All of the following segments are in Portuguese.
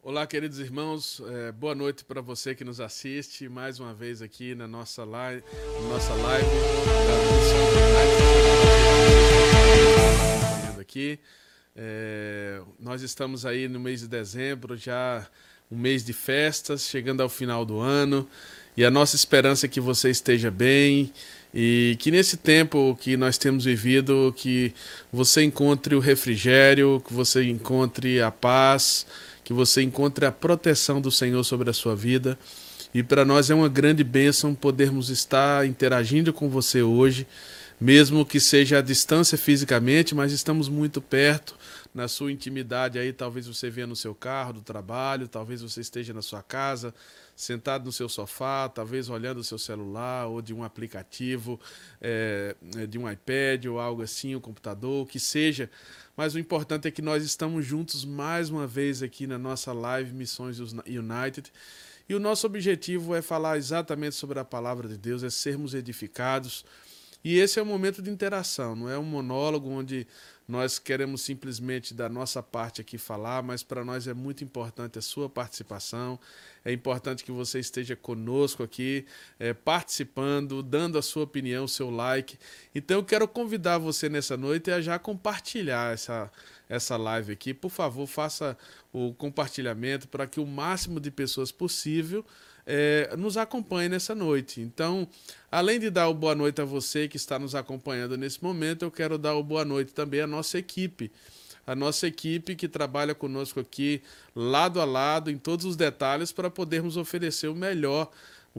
Olá, queridos irmãos, boa noite para você que nos assiste mais uma vez aqui na nossa live da Missão United aqui. Nós estamos aí no mês de dezembro, já um mês de festas, chegando ao final do ano, e a nossa esperança é que você esteja bem e que nesse tempo que nós temos vivido, que você encontre o refrigério, que você encontre a paz, que você encontre a proteção do Senhor sobre a sua vida. E para nós é uma grande bênção podermos estar interagindo com você hoje, mesmo que seja à distância fisicamente, mas estamos muito perto, na sua intimidade aí, talvez você venha no seu carro do trabalho, talvez você esteja na sua casa, sentado no seu sofá, talvez olhando o seu celular ou de um aplicativo, de um iPad ou algo assim, um computador, o que seja. Mas o importante é que nós estamos juntos mais uma vez aqui na nossa live Missões United. E o nosso objetivo é falar exatamente sobre a palavra de Deus, é sermos edificados. E esse é um momento de interação, não é um monólogo onde nós queremos simplesmente da nossa parte aqui falar, mas para nós é muito importante a sua participação, é importante que você esteja conosco aqui, participando, dando a sua opinião, o seu like. Então eu quero convidar você nessa noite a já compartilhar essa live aqui. Por favor, faça o compartilhamento para que o máximo de pessoas possível nos acompanhe nessa noite. Então, além de dar o boa noite a você que está nos acompanhando nesse momento, eu quero dar o boa noite também à nossa equipe. A nossa equipe que trabalha conosco aqui, lado a lado, em todos os detalhes, para podermos oferecer o melhor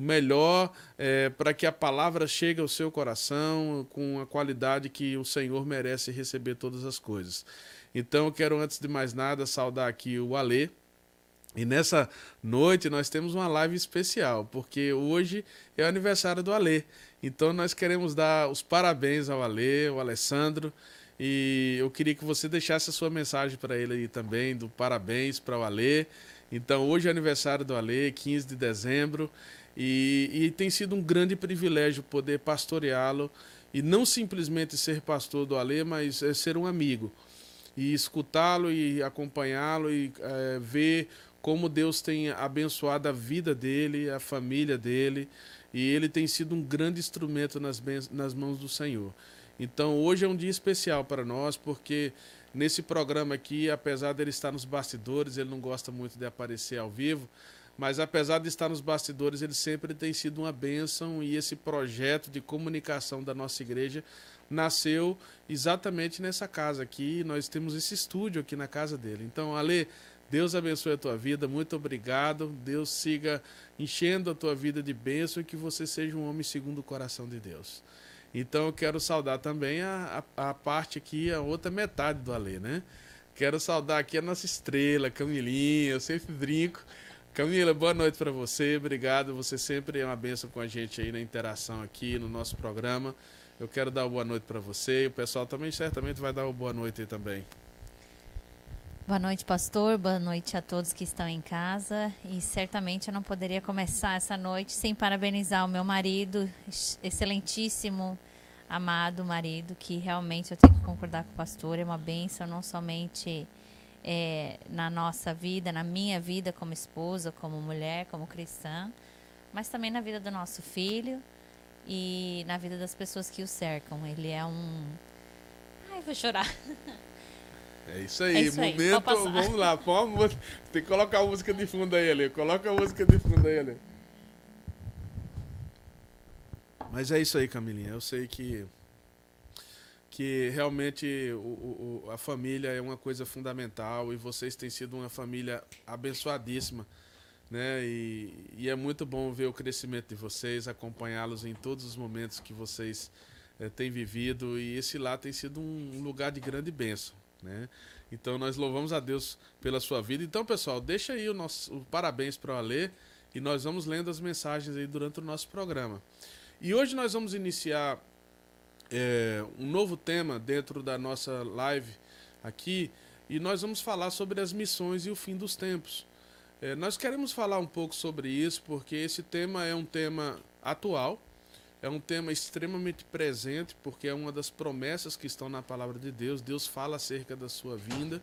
para que a palavra chegue ao seu coração com a qualidade que o Senhor merece receber todas as coisas. Então, eu quero, antes de mais nada, saudar aqui o Alê. E nessa noite nós temos uma live especial, porque hoje é o aniversário do Alê. Então nós queremos dar os parabéns ao Alê, ao Alessandro, e eu queria que você deixasse a sua mensagem para ele aí também, do parabéns para o Alê. Então hoje é aniversário do Alê, 15 de dezembro, e tem sido um grande privilégio poder pastoreá-lo, e não simplesmente ser pastor do Alê, mas ser um amigo, e escutá-lo e acompanhá-lo e ver como Deus tem abençoado a vida dele, a família dele, e ele tem sido um grande instrumento nas mãos do Senhor. Então hoje é um dia especial para nós, porque nesse programa aqui, apesar dele estar nos bastidores, ele não gosta muito de aparecer ao vivo, mas apesar de estar nos bastidores, ele sempre tem sido uma bênção, e esse projeto de comunicação da nossa igreja nasceu exatamente nessa casa aqui. Nós temos esse estúdio aqui na casa dele. Então, Ale, Deus abençoe a tua vida, muito obrigado. Deus siga enchendo a tua vida de bênção e que você seja um homem segundo o coração de Deus. Então eu quero saudar também a parte aqui, a outra metade do Alê, né? Quero saudar aqui a nossa estrela, Camilinha, eu sempre brinco. Camila, boa noite para você, obrigado. Você sempre é uma bênção com a gente aí na interação aqui no nosso programa. Eu quero dar uma boa noite para você e o pessoal também certamente vai dar uma boa noite aí também. Boa noite, pastor. Boa noite a todos que estão em casa. E certamente eu não poderia começar essa noite sem parabenizar o meu marido, excelentíssimo, amado marido, que realmente eu tenho que concordar com o pastor, é uma bênção, não somente na nossa vida, na minha vida como esposa, como mulher, como cristã, mas também na vida do nosso filho e na vida das pessoas que o cercam. Ele é um... Ai, vou chorar. É isso aí, momento, vamos lá, tem que colocar a música de fundo aí, Ale. Coloca a música de fundo aí, Ale. Mas é isso aí, Camilinha. Eu sei que realmente a família é uma coisa fundamental e vocês têm sido uma família abençoadíssima, né? E é muito bom ver o crescimento de vocês, acompanhá-los em todos os momentos que vocês têm vivido, e esse lá tem sido um lugar de grande bênção, né? Então nós louvamos a Deus pela sua vida. Então, pessoal, deixa aí o parabéns para o Alê e nós vamos lendo as mensagens aí durante o nosso programa. E hoje nós vamos iniciar um novo tema dentro da nossa live aqui, e nós vamos falar sobre as missões e o fim dos tempos. Nós queremos falar um pouco sobre isso porque esse tema é um tema atual, é um tema extremamente presente, porque é uma das promessas que estão na palavra de Deus. Deus fala acerca da sua vinda,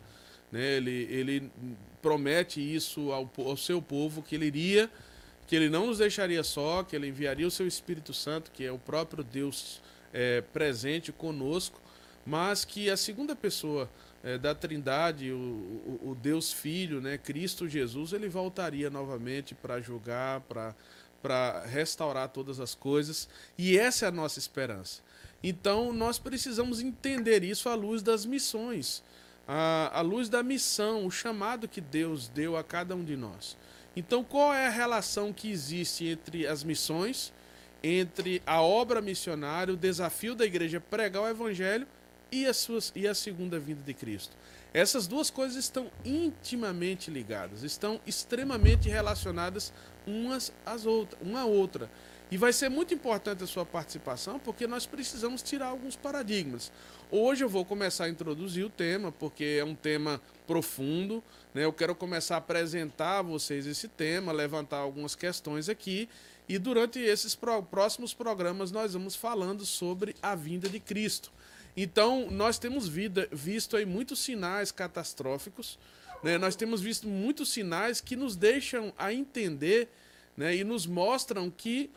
né? Ele promete isso ao seu povo, que ele não nos deixaria só, que ele enviaria o seu Espírito Santo, que é o próprio Deus presente conosco, mas que a segunda pessoa da Trindade, o Deus Filho, né, Cristo Jesus, ele voltaria novamente para julgar, para restaurar todas as coisas, e essa é a nossa esperança. Então nós precisamos entender isso à luz das missões, à luz da missão, o chamado que Deus deu a cada um de nós. Então qual é a relação que existe entre as missões, entre a obra missionária, o desafio da igreja pregar o evangelho e a segunda vinda de Cristo? Essas duas coisas estão intimamente ligadas, estão extremamente relacionadas uma à outra. E vai ser muito importante a sua participação, porque nós precisamos tirar alguns paradigmas. Hoje eu vou começar a introduzir o tema, porque é um tema profundo, né? Eu quero começar a apresentar a vocês esse tema, levantar algumas questões aqui, e durante esses próximos programas nós vamos falando sobre a vinda de Cristo. Então, nós temos visto aí muitos sinais catastróficos, né? Nós temos visto muitos sinais que nos deixam a entender, né? E nos mostram que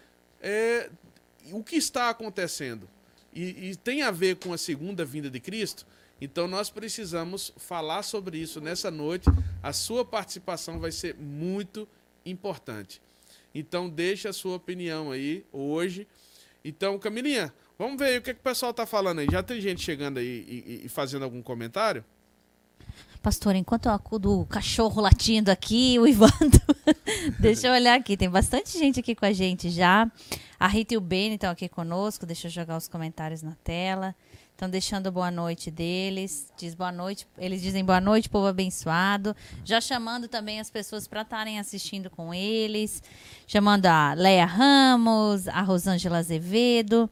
o que está acontecendo e tem a ver com a segunda vinda de Cristo. Então nós precisamos falar sobre isso nessa noite. A sua participação vai ser muito importante. Então deixe a sua opinião aí hoje. Então, Camilinha, vamos ver aí o que o pessoal está falando aí. Já tem gente chegando aí e fazendo algum comentário? Pastor, enquanto eu acudo o cachorro latindo aqui, uivando, deixa eu olhar aqui, tem bastante gente aqui com a gente já. A Rita e o Beni estão aqui conosco, deixa eu jogar os comentários na tela. Estão deixando boa noite deles. Diz boa noite, eles dizem boa noite, povo abençoado. Já chamando também as pessoas para estarem assistindo com eles. Chamando a Leia Ramos, a Rosângela Azevedo.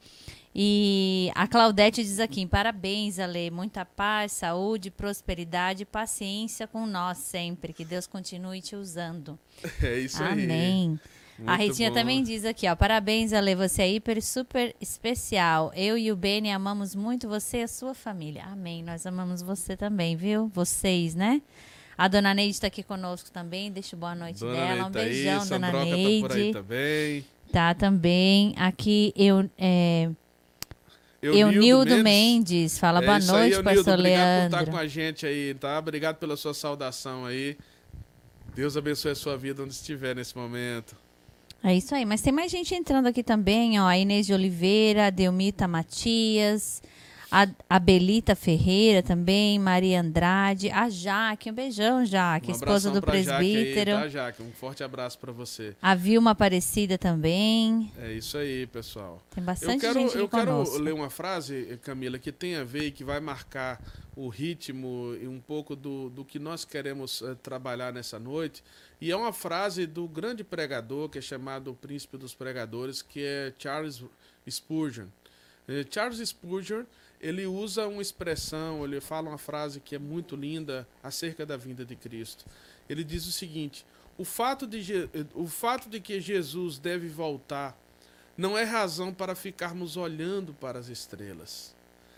E a Claudete diz aqui, parabéns, Ale, muita paz, saúde, prosperidade e paciência com nós sempre, que Deus continue te usando. É isso aí. Amém. A Ritinha também diz aqui, ó, parabéns, Ale, você é hiper, super especial. Eu e o Beni amamos muito você e a sua família. Amém, nós amamos você também, viu? Vocês, né? A Dona Neide está aqui conosco também, deixa boa noite dela. Um beijão, Dona Neide. Tá por aí também. Tá também. Aqui Eunildo Mendes, fala boa noite, aí, pastor Leandro. Leandro. Obrigado por estar com a gente aí, tá? Obrigado pela sua saudação aí. Deus abençoe a sua vida onde estiver nesse momento. É isso aí, mas tem mais gente entrando aqui também, ó. A Inês de Oliveira, a Delmita Matias, a Belita Ferreira também, Maria Andrade, a Jaque, um beijão, Jaque, esposa do presbítero. Jaque aí, tá, Jaque? Um forte abraço para você. A Vilma Aparecida também. É isso aí, pessoal. Tem bastante gente aqui conosco. Eu quero ler uma frase, Camila, que tem a ver e que vai marcar o ritmo e um pouco do que nós queremos trabalhar nessa noite. E é uma frase do grande pregador, que é chamado o príncipe dos pregadores, que é Charles Spurgeon. Charles Spurgeon, ele usa uma expressão, ele fala uma frase que é muito linda acerca da vinda de Cristo. Ele diz o seguinte: o fato de que Jesus deve voltar não é razão para ficarmos olhando para as estrelas,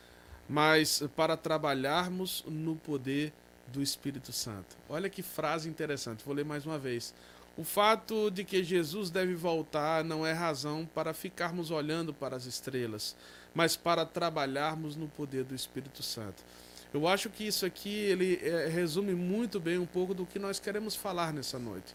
mas para trabalharmos no poder do Espírito Santo. Olha que frase interessante, vou ler mais uma vez. O fato de que Jesus deve voltar não é razão para ficarmos olhando para as estrelas, mas para trabalharmos no poder do Espírito Santo. Eu acho que isso aqui ele resume muito bem um pouco do que nós queremos falar nessa noite.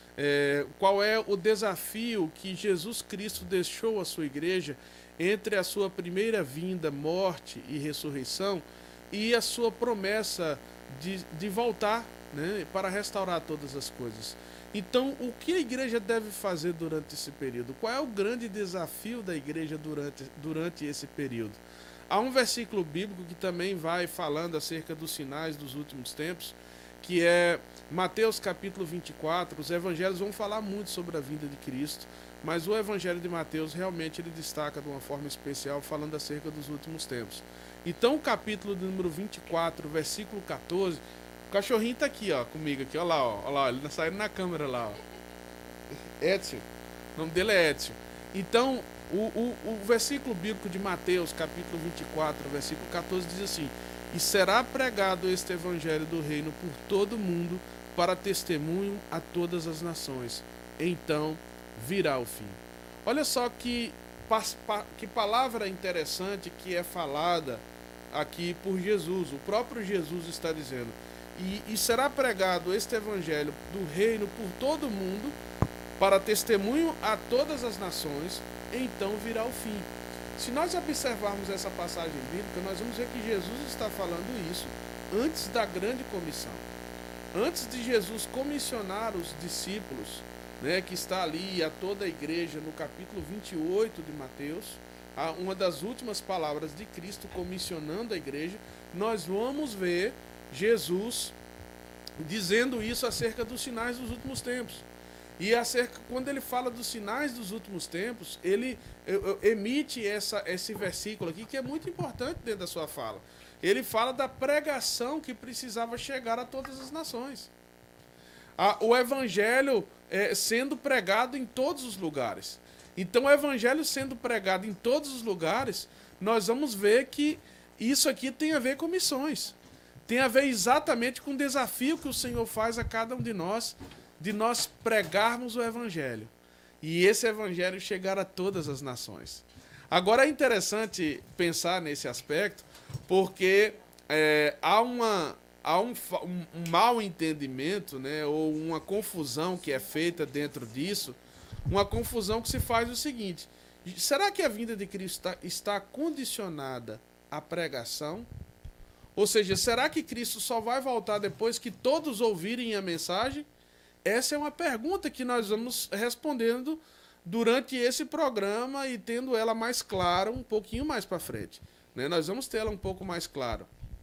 Qual é o desafio que Jesus Cristo deixou à sua igreja entre a sua primeira vinda, morte e ressurreição e a sua promessa de voltar, né, para restaurar todas as coisas. Então, o que a igreja deve fazer durante esse período? Qual é o grande desafio da igreja durante esse período? Há um versículo bíblico que também vai falando acerca dos sinais dos últimos tempos, que é Mateus capítulo 24. Os evangelhos vão falar muito sobre a vinda de Cristo, mas o evangelho de Mateus realmente ele destaca de uma forma especial, falando acerca dos últimos tempos. Então, o capítulo de número 24, versículo 14, o cachorrinho tá aqui, ó, comigo aqui, ó lá, ele tá saindo na câmera lá, ó. Edson, o nome dele é Edson. Então, o versículo bíblico de Mateus, capítulo 24, versículo 14, diz assim: e será pregado este evangelho do reino por todo o mundo para testemunho a todas as nações. Então virá o fim. Olha só que palavra interessante que é falada aqui por Jesus. O próprio Jesus está dizendo: e será pregado este evangelho do reino por todo o mundo para testemunho a todas as nações, então virá o fim. Se nós observarmos essa passagem bíblica, nós vamos ver que Jesus está falando isso antes da grande comissão. Antes de Jesus comissionar os discípulos, né, que está ali a toda a igreja, no capítulo 28 de Mateus, uma das últimas palavras de Cristo comissionando a igreja, nós vamos ver Jesus dizendo isso acerca dos sinais dos últimos tempos. E quando ele fala dos sinais dos últimos tempos, ele emite esse versículo aqui, que é muito importante dentro da sua fala. Ele fala da pregação que precisava chegar a todas as nações. O evangelho sendo pregado em todos os lugares. Então, o evangelho sendo pregado em todos os lugares, nós vamos ver que isso aqui tem a ver com missões. Tem a ver exatamente com o desafio que o Senhor faz a cada um de nós pregarmos o evangelho. E esse evangelho chegar a todas as nações. Agora é interessante pensar nesse aspecto, porque há um mal entendimento, né, ou uma confusão que é feita dentro disso, uma confusão que se faz o seguinte: será que a vinda de Cristo está condicionada à pregação? Ou seja, será que Cristo só vai voltar depois que todos ouvirem a mensagem? Essa é uma pergunta que nós vamos respondendo durante esse programa e tendo ela mais clara um pouquinho mais para frente, né? Nós vamos ter ela um pouco mais clara.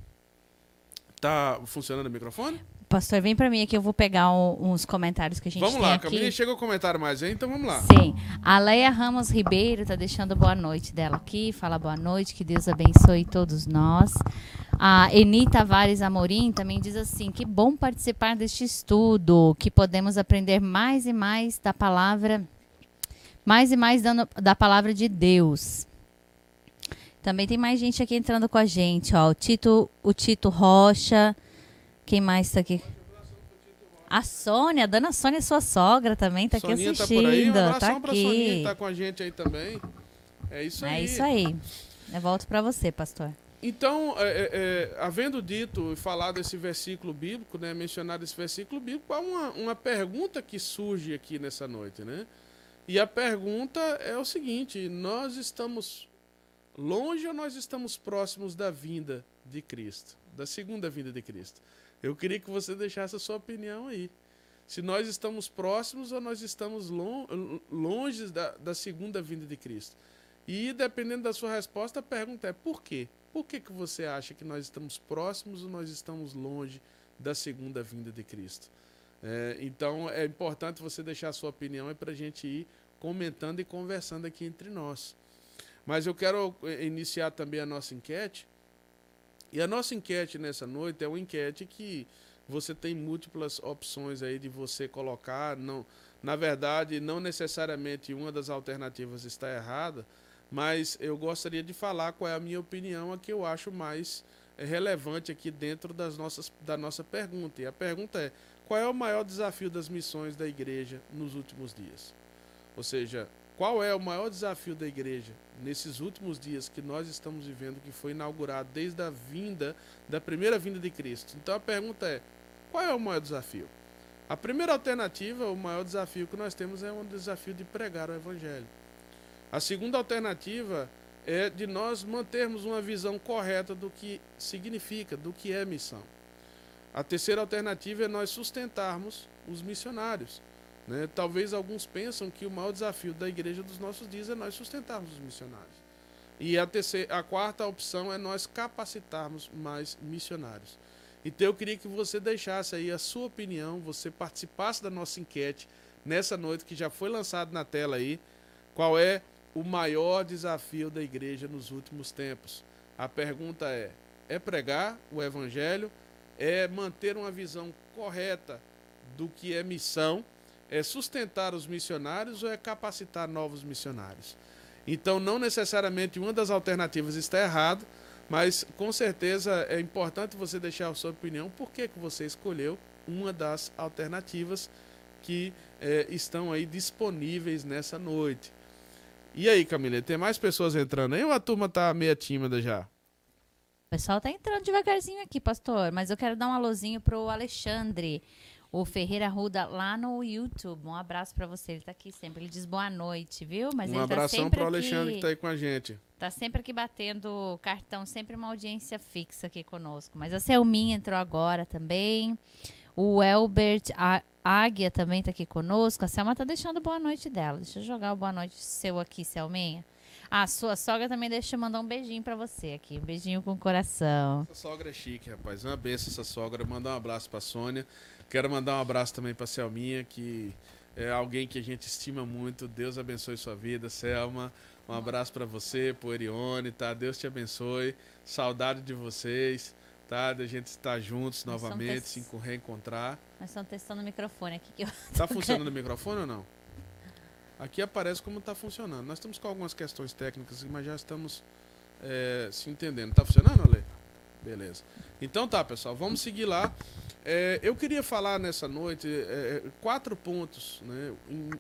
Tá funcionando o microfone? Pastor, vem para mim aqui, eu vou pegar uns comentários que a gente vamos tem lá, aqui. Camila, chega o comentário mais aí, então vamos lá. Sim, a Leia Ramos Ribeiro tá deixando boa noite dela aqui, fala boa noite, que Deus abençoe todos nós. A Eni Tavares Amorim também diz assim: que bom participar deste estudo, que podemos aprender mais e mais da palavra, da palavra de Deus. Também tem mais gente aqui entrando com a gente, ó. O Tito Rocha. Quem mais está aqui? A Sônia, a dona Sônia, sua sogra, também está aqui assistindo. Tá por aí. Um abração tá pra aqui. Soninha, que tá com a gente aí também. É isso aí. É isso aí. Eu volto para você, pastor. Então, havendo dito e falado esse versículo bíblico, né, mencionado esse versículo bíblico, há uma pergunta que surge aqui nessa noite, né? E a pergunta é o seguinte: nós estamos longe ou nós estamos próximos da vinda de Cristo, da segunda vinda de Cristo? Eu queria que você deixasse a sua opinião aí. Se nós estamos próximos ou nós estamos longe da segunda vinda de Cristo. E, dependendo da sua resposta, a pergunta é: por quê? Por que você acha que nós estamos próximos ou nós estamos longe da segunda vinda de Cristo? Então, é importante você deixar a sua opinião para a gente ir comentando e conversando aqui entre nós. Mas eu quero iniciar também a nossa enquete. E a nossa enquete nessa noite é uma enquete que você tem múltiplas opções aí de você colocar. Não, na verdade, não necessariamente uma das alternativas está errada, mas eu gostaria de falar qual é a minha opinião, a que eu acho mais relevante aqui dentro da nossa pergunta. E a pergunta é: qual é o maior desafio das missões da igreja nos últimos dias? Ou seja, qual é o maior desafio da igreja nesses últimos dias que nós estamos vivendo, que foi inaugurado desde da primeira vinda de Cristo? Então a pergunta é: qual é o maior desafio? A primeira alternativa, o maior desafio que nós temos é um desafio de pregar o evangelho. A segunda alternativa é de nós mantermos uma visão correta do que significa, do que é missão. A terceira alternativa é nós sustentarmos os missionários, né? Talvez alguns pensam que o maior desafio da igreja dos nossos dias é nós sustentarmos os missionários. E a quarta opção é nós capacitarmos mais missionários. Então eu queria que você deixasse aí a sua opinião, você participasse da nossa enquete nessa noite, que já foi lançado na tela aí. Qual é o maior desafio da igreja nos últimos tempos? A pergunta é pregar o evangelho? É manter uma visão correta do que é missão? É sustentar os missionários ou é capacitar novos missionários? Então, não necessariamente uma das alternativas está errada, Mas, com certeza, é importante você deixar a sua opinião, por que você escolheu uma das alternativas que estão aí disponíveis nessa noite. E aí, Camila, tem mais pessoas entrando aí ou a turma tá meio tímida já? O pessoal tá entrando devagarzinho aqui, pastor, mas eu quero dar um alôzinho pro Alexandre, o Ferreira Arruda, lá no YouTube. Um abraço para você, ele tá aqui sempre. Ele diz boa noite, viu? Mas Um ele abração tá sempre pro Alexandre aqui, que tá aí com a gente. tá sempre aqui batendo cartão, sempre uma audiência fixa aqui conosco. Mas a Selminha entrou agora também. O Elbert Águia também tá aqui conosco. A Selma tá deixando boa noite dela. Deixa eu jogar o boa noite seu aqui, Selminha. A sua sogra também deixa eu mandar um beijinho pra você aqui. Um beijinho com o coração. Essa sogra é chique, rapaz. Uma benção essa sogra. Mandar um abraço pra Sônia. Quero mandar um abraço também pra Selminha, que é alguém que a gente estima muito. Deus abençoe sua vida, Selma. Um abraço pra você, pro Erione, tá? Deus te abençoe. Saudade de vocês, tá? Da gente estar juntos novamente, se reencontrar. Nós estamos testando o microfone aqui. Que eu Tá funcionando o microfone ou não? Aqui aparece como está funcionando. Nós estamos com algumas questões técnicas, mas já estamos se entendendo. Está funcionando, Ale? Beleza. Então tá, pessoal. Vamos seguir lá. Eu queria falar nessa noite 4 pontos, né,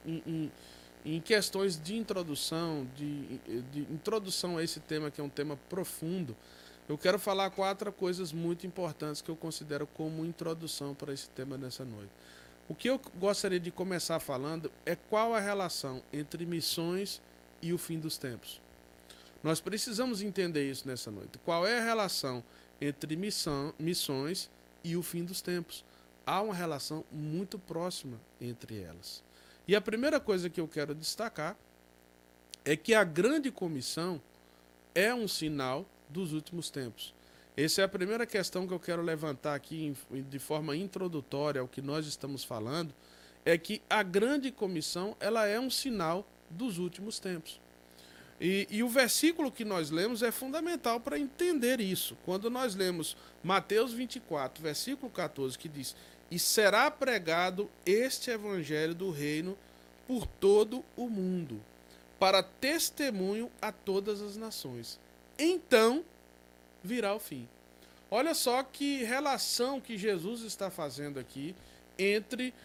em questões de introdução, de introdução a esse tema, que é um tema profundo. Eu quero falar 4 coisas muito importantes que eu considero como introdução para esse tema nessa noite. O que eu gostaria de começar falando é qual a relação entre missões e o fim dos tempos. Nós precisamos entender isso nessa noite. Qual é a relação entre missões e o fim dos tempos? Há uma relação muito próxima entre elas. E a primeira coisa que eu quero destacar é que a grande comissão é um sinal dos últimos tempos. Essa é a primeira questão que eu quero levantar aqui de forma introdutória ao que nós estamos falando, é que a grande comissão ela é um sinal dos últimos tempos. E o versículo que nós lemos é fundamental para entender isso. Quando nós lemos Mateus 24, versículo 14, que diz: "E será pregado este evangelho do reino por todo o mundo, para testemunho a todas as nações. Então virá o fim." Olha só que relação que Jesus está fazendo aqui entre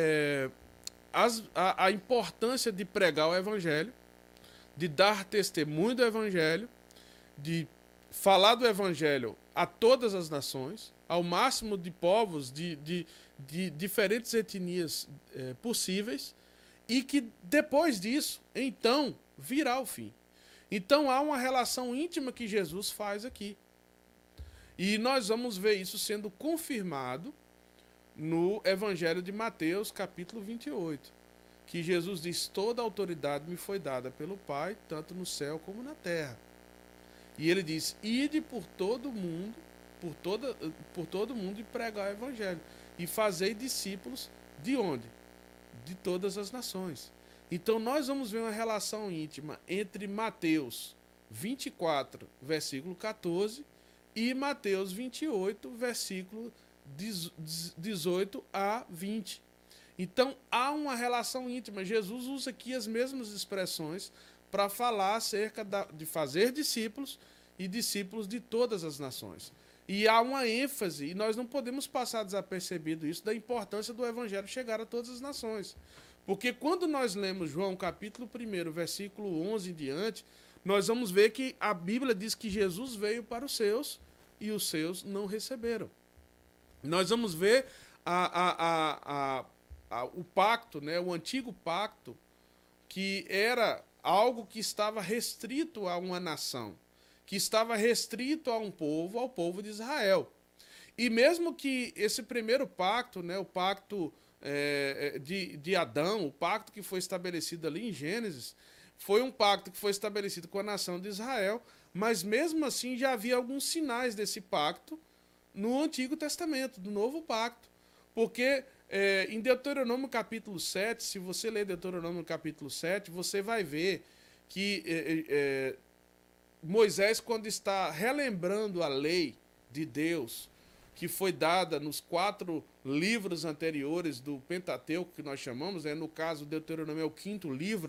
a importância de pregar o evangelho, de dar testemunho do evangelho, de falar do evangelho a todas as nações, ao máximo de povos, de diferentes etnias possíveis, e que depois disso, então, virá o fim. Então há uma relação íntima que Jesus faz aqui. E nós vamos ver isso sendo confirmado no Evangelho de Mateus, capítulo 28. Que Jesus diz: "Toda a autoridade me foi dada pelo Pai, tanto no céu como na terra." E ele diz: "Ide por todo mundo, por todo mundo e pregar o Evangelho. E fazei discípulos de onde? De todas as nações." Então nós vamos ver uma relação íntima entre Mateus 24, versículo 14, e Mateus 28, versículo 18 a 20. Então há uma relação íntima. Jesus usa aqui as mesmas expressões para falar acerca de fazer discípulos e discípulos de todas as nações. E há uma ênfase, e nós não podemos passar desapercebido isso, da importância do evangelho chegar a todas as nações. Porque quando nós lemos João capítulo 1, versículo 11 em diante, nós vamos ver que a Bíblia diz que Jesus veio para os seus e os seus não receberam. Nós vamos ver o pacto, né, o antigo pacto, que era algo que estava restrito a uma nação, que estava restrito a um povo, ao povo de Israel. E mesmo que esse primeiro pacto, né, o pacto de Adão, o pacto que foi estabelecido ali em Gênesis, foi um pacto que foi estabelecido com a nação de Israel, mas mesmo assim já havia alguns sinais desse pacto no Antigo Testamento, do Novo Pacto. Porque em Deuteronômio capítulo 7, se você ler Deuteronômio capítulo 7, você vai ver que Moisés, quando está relembrando a lei de Deus, que foi dada nos 4 livros anteriores do Pentateuco, que nós chamamos, no caso, Deuteronômio é o 5º livro,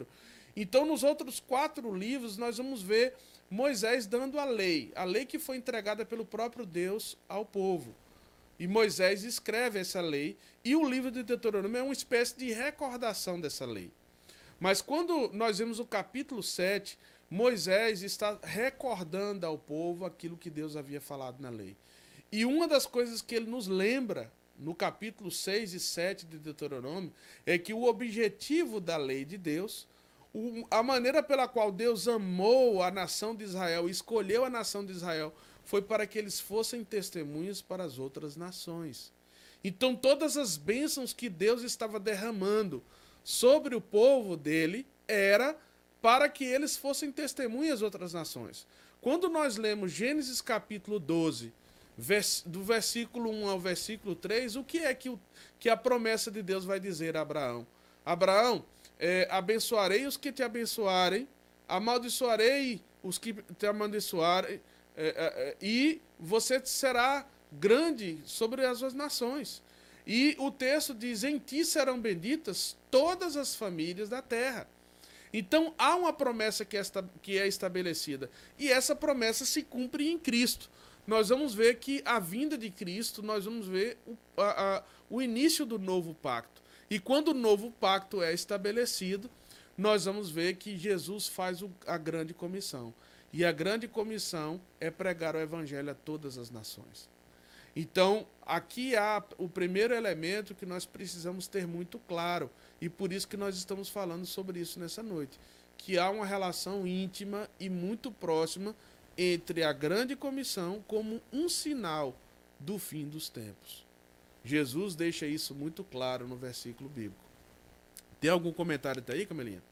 Então, nos outros 4 livros, nós vamos ver Moisés dando a lei que foi entregada pelo próprio Deus ao povo. E Moisés escreve essa lei, e o livro de Deuteronômio é uma espécie de recordação dessa lei. Mas quando nós vemos o capítulo 7, Moisés está recordando ao povo aquilo que Deus havia falado na lei. E uma das coisas que ele nos lembra no capítulo 6 e 7 de Deuteronômio é que o objetivo da lei de Deus, a maneira pela qual Deus amou a nação de Israel, escolheu a nação de Israel, foi para que eles fossem testemunhas para as outras nações. Então todas as bênçãos que Deus estava derramando sobre o povo dele era para que eles fossem testemunhas às outras nações. Quando nós lemos Gênesis capítulo 12, do versículo 1 ao versículo 3, o que é que a promessa de Deus vai dizer a Abraão? Abraão, abençoarei os que te abençoarem, amaldiçoarei os que te amaldiçoarem, e você será grande sobre as suas nações. E o texto diz, em ti serão benditas todas as famílias da terra. Então há uma promessa que é estabelecida, e essa promessa se cumpre em Cristo. Nós vamos ver que a vinda de Cristo, nós vamos ver o início do novo pacto. E quando o novo pacto é estabelecido, nós vamos ver que Jesus faz a grande comissão. E a grande comissão é pregar o evangelho a todas as nações. Então, aqui há o primeiro elemento que nós precisamos ter muito claro, e por isso que nós estamos falando sobre isso nessa noite, que há uma relação íntima e muito próxima entre a grande comissão como um sinal do fim dos tempos. Jesus deixa isso muito claro no versículo bíblico. Tem algum comentário até aí, Camelinha?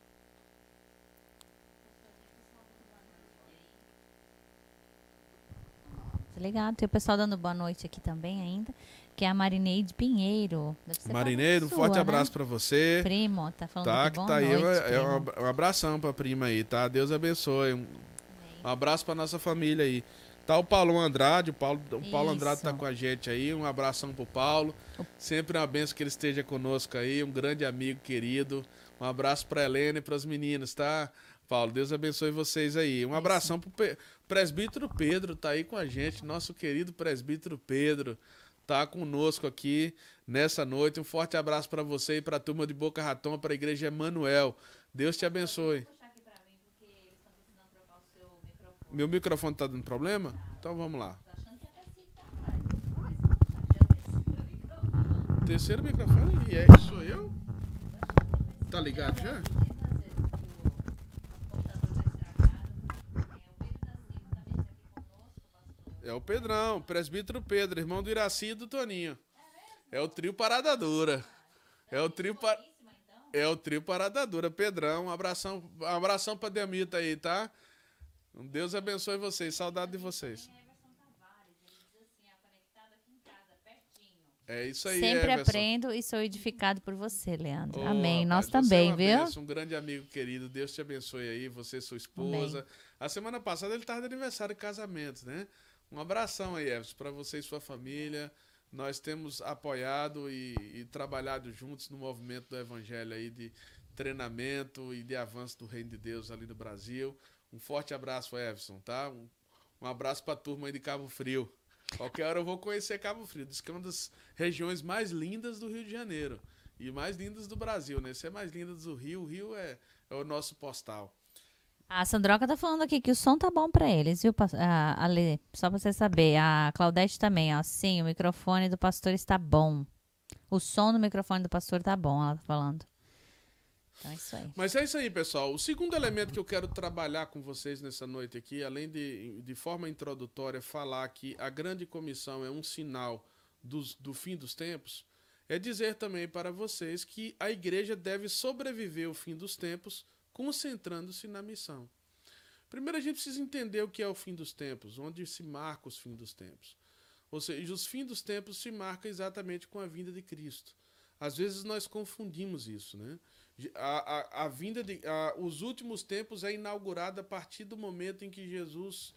Legal, tem o pessoal dando boa noite aqui também ainda, que é a Marineide Pinheiro. Marineiro, um forte abraço para você. Primo, tá falando tá, que boa tá noite. Aí, um abração pra prima aí, tá? Deus abençoe. Um abraço pra nossa família aí. Tá o Paulo Andrade, o Paulo Andrade tá com a gente aí, um abração pro Paulo. Sempre uma benção que ele esteja conosco aí, um grande amigo querido. Um abraço pra Helena e pras meninas, tá? Paulo, Deus abençoe vocês aí. Um abração pro presbítero Pedro, tá aí com a gente, nosso querido presbítero Pedro, tá conosco aqui nessa noite. Um forte abraço para você e para a turma de Boca Raton, para a igreja Emanuel. Deus te abençoe. Meu microfone tá dando problema? Então vamos lá. Terceiro microfone? E sou eu? Tá ligado já? É o Pedrão, presbítero Pedro, irmão do Iraci e do Toninho. É o trio Parada Dura. É o trio Parada Dura. Pedrão, um abração pra Demita aí, tá? Deus abençoe vocês, saudade de vocês. É isso aí, sempre Everson. Aprendo e sou edificado por você, Leandro. Amém. Rapaz, nós também, viu? Um grande amigo querido. Deus te abençoe aí, você e sua esposa. Amém. A semana passada ele estava de aniversário de casamento, né? Um abração aí, Everson, para você e sua família. Nós temos apoiado e trabalhado juntos no movimento do evangelho aí de treinamento e de avanço do reino de Deus ali no Brasil. Um forte abraço, Everson, tá? Um abraço para a turma aí de Cabo Frio. Qualquer hora eu vou conhecer Cabo Frio. Diz que é uma das regiões mais lindas do Rio de Janeiro. E mais lindas do Brasil, né? Se é mais linda do Rio, o Rio é o nosso postal. A Sandroca tá falando aqui que o som tá bom pra eles, viu, Ale? Só pra você saber. A Claudete também, ó. Sim, o microfone do pastor está bom. O som do microfone do pastor tá bom, ela tá falando. Então é isso aí. Mas é isso aí, pessoal. O segundo elemento que eu quero trabalhar com vocês nessa noite aqui, além de forma introdutória, falar que a grande comissão é um sinal do fim dos tempos, é dizer também para vocês que a igreja deve sobreviver ao fim dos tempos, concentrando-se na missão. Primeiro a gente precisa entender o que é o fim dos tempos, onde se marca os fins dos tempos. Ou seja, os fins dos tempos se marca exatamente com a vinda de Cristo. Às vezes nós confundimos isso, né? Os últimos tempos é inaugurado a partir do momento em que Jesus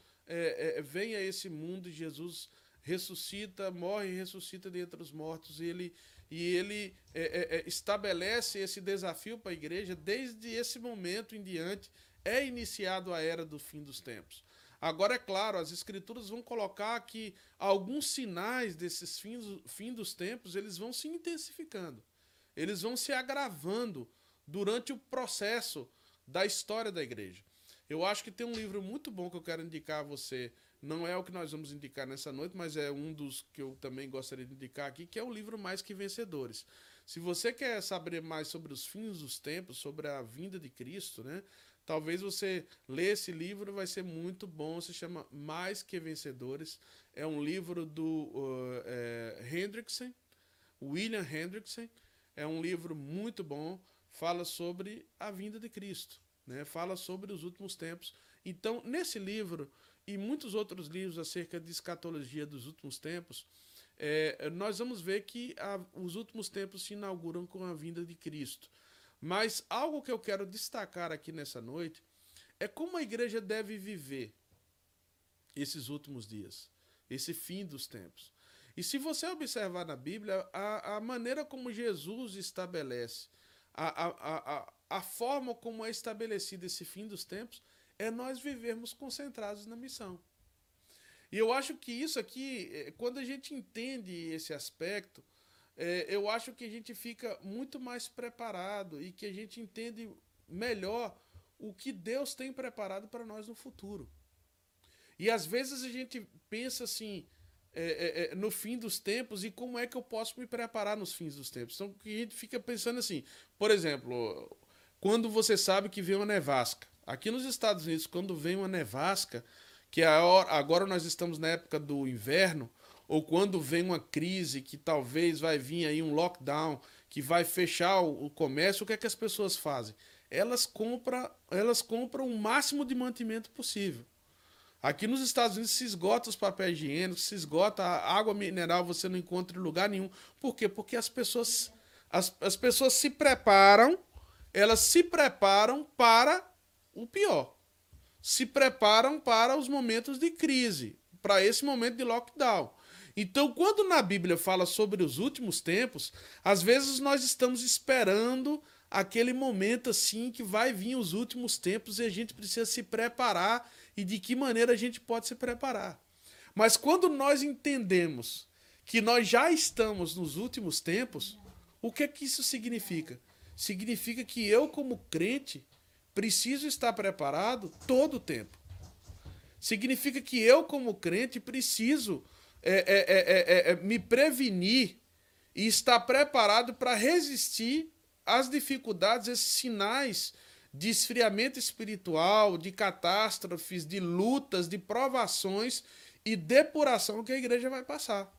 vem a esse mundo e Jesus ressuscita, morre e ressuscita dentre os mortos. E e ele estabelece esse desafio para a igreja. Desde esse momento em diante é iniciado a era do fim dos tempos. Agora, é claro, as escrituras vão colocar que alguns sinais desses fim dos tempos, eles vão se intensificando. Eles vão se agravando durante o processo da história da igreja. Eu acho que tem um livro muito bom que eu quero indicar a você. Não é o que nós vamos indicar nessa noite, mas é um dos que eu também gostaria de indicar aqui, que é o livro Mais que Vencedores. Se você quer saber mais sobre os fins dos tempos, sobre a vinda de Cristo, né? Talvez você lê esse livro, vai ser muito bom. Se chama Mais que Vencedores. É um livro do Hendrickson, William Hendrickson. É um livro muito bom. Fala sobre a vinda de Cristo, né? Fala sobre os últimos tempos. Então, nesse livro e muitos outros livros acerca de escatologia dos últimos tempos, nós vamos ver que os últimos tempos se inauguram com a vinda de Cristo. Mas algo que eu quero destacar aqui nessa noite é como a igreja deve viver esses últimos dias, esse fim dos tempos. E se você observar na Bíblia, a maneira como Jesus estabelece, a forma como é estabelecido esse fim dos tempos, é nós vivermos concentrados na missão. E eu acho que isso aqui, quando a gente entende esse aspecto, eu acho que a gente fica muito mais preparado e que a gente entende melhor o que Deus tem preparado para nós no futuro. E às vezes a gente pensa assim, no fim dos tempos e como é que eu posso me preparar nos fins dos tempos. Então a gente fica pensando assim, por exemplo, quando você sabe que vem uma nevasca. Aqui nos Estados Unidos, quando vem uma nevasca, que agora nós estamos na época do inverno, ou quando vem uma crise que talvez vai vir aí um lockdown, que vai fechar o comércio, o que é que as pessoas fazem? Elas compram o máximo de mantimento possível. Aqui nos Estados Unidos se esgota os papéis higiênicos, se esgota a água mineral, você não encontra em lugar nenhum. Por quê? Porque as pessoas se preparam, elas se preparam para o pior. Se preparam para os momentos de crise, para esse momento de lockdown. Então, quando na Bíblia fala sobre os últimos tempos, às vezes nós estamos esperando aquele momento assim que vai vir os últimos tempos e a gente precisa se preparar. E de que maneira a gente pode se preparar. Mas quando nós entendemos que nós já estamos nos últimos tempos, o que é que isso significa? Significa que eu, como crente, preciso estar preparado todo o tempo. Significa que eu, como crente, preciso me prevenir e estar preparado para resistir às dificuldades, esses sinais de esfriamento espiritual, de catástrofes, de lutas, de provações e depuração que a igreja vai passar.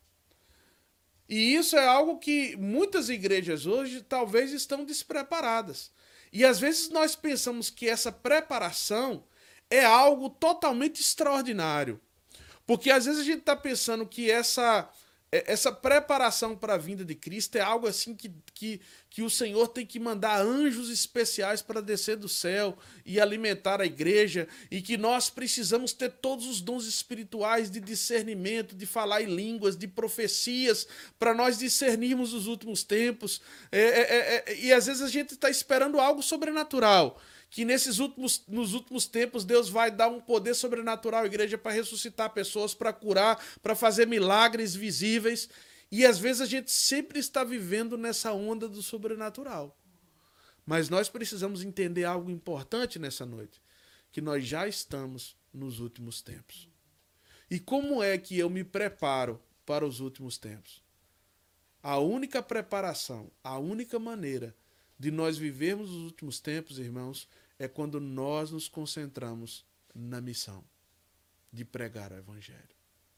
E isso é algo que muitas igrejas hoje talvez estão despreparadas. E às vezes nós pensamos que essa preparação é algo totalmente extraordinário. Porque às vezes a gente está pensando que essa preparação para a vinda de Cristo é algo assim que o Senhor tem que mandar anjos especiais para descer do céu e alimentar a igreja, e que nós precisamos ter todos os dons espirituais de discernimento, de falar em línguas, de profecias, para nós discernirmos os últimos tempos. E às vezes a gente está esperando algo sobrenatural, que nos últimos tempos Deus vai dar um poder sobrenatural à igreja para ressuscitar pessoas, para curar, para fazer milagres visíveis. E às vezes a gente sempre está vivendo nessa onda do sobrenatural. Mas nós precisamos entender algo importante nessa noite, que nós já estamos nos últimos tempos. E como é que eu me preparo para os últimos tempos? A única preparação, a única maneira de nós vivermos os últimos tempos, irmãos, é quando nós nos concentramos na missão de pregar o evangelho.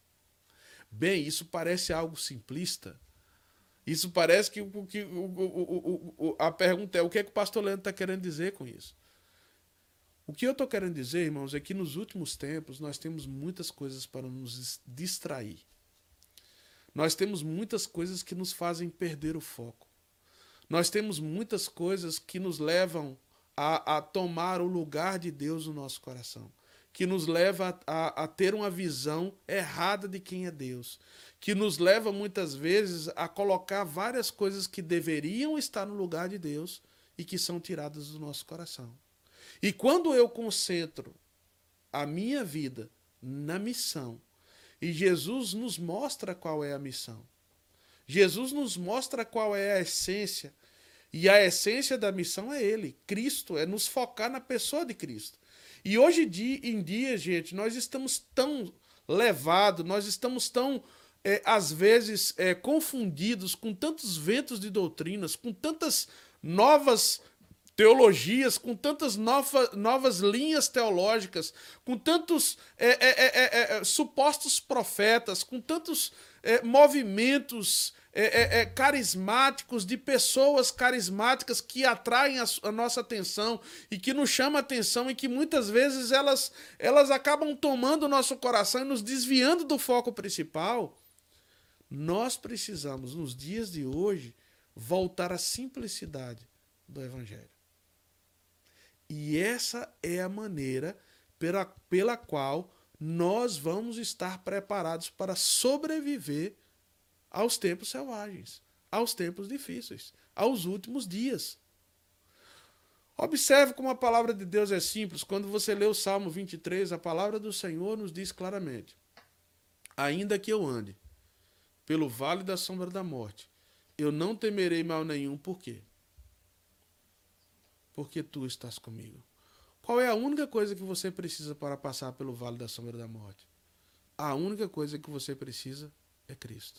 Bem, isso parece algo simplista. Isso parece que a pergunta é: o que é que o pastor Leandro está querendo dizer com isso? O que eu estou querendo dizer, irmãos, é que nos últimos tempos nós temos muitas coisas para nos distrair. Nós temos muitas coisas que nos fazem perder o foco. Nós temos muitas coisas que nos levam a tomar o lugar de Deus no nosso coração, que nos leva a ter uma visão errada de quem é Deus, que nos leva muitas vezes a colocar várias coisas que deveriam estar no lugar de Deus e que são tiradas do nosso coração. E quando eu concentro a minha vida na missão, e Jesus nos mostra qual é a missão, Jesus nos mostra qual é a essência, e a essência da missão é Ele, Cristo, é nos focar na pessoa de Cristo. E hoje em dia, gente, nós estamos tão levados, nós estamos tão, às vezes, confundidos com tantos ventos de doutrinas, com tantas novas teologias, com tantas novas linhas teológicas, com tantos supostos profetas, com tantos movimentos carismáticos, de pessoas carismáticas que atraem a nossa atenção e que nos chamam a atenção e que muitas vezes elas acabam tomando o nosso coração e nos desviando do foco principal. Nós precisamos, nos dias de hoje, voltar à simplicidade do Evangelho. E essa é a maneira pela qual nós vamos estar preparados para sobreviver aos tempos selvagens, aos tempos difíceis, aos últimos dias. Observe como a palavra de Deus é simples. Quando você lê o Salmo 23, a palavra do Senhor nos diz claramente: ainda que eu ande pelo vale da sombra da morte, eu não temerei mal nenhum. Por quê? Porque tu estás comigo. Qual é a única coisa que você precisa para passar pelo vale da sombra da morte? A única coisa que você precisa é Cristo.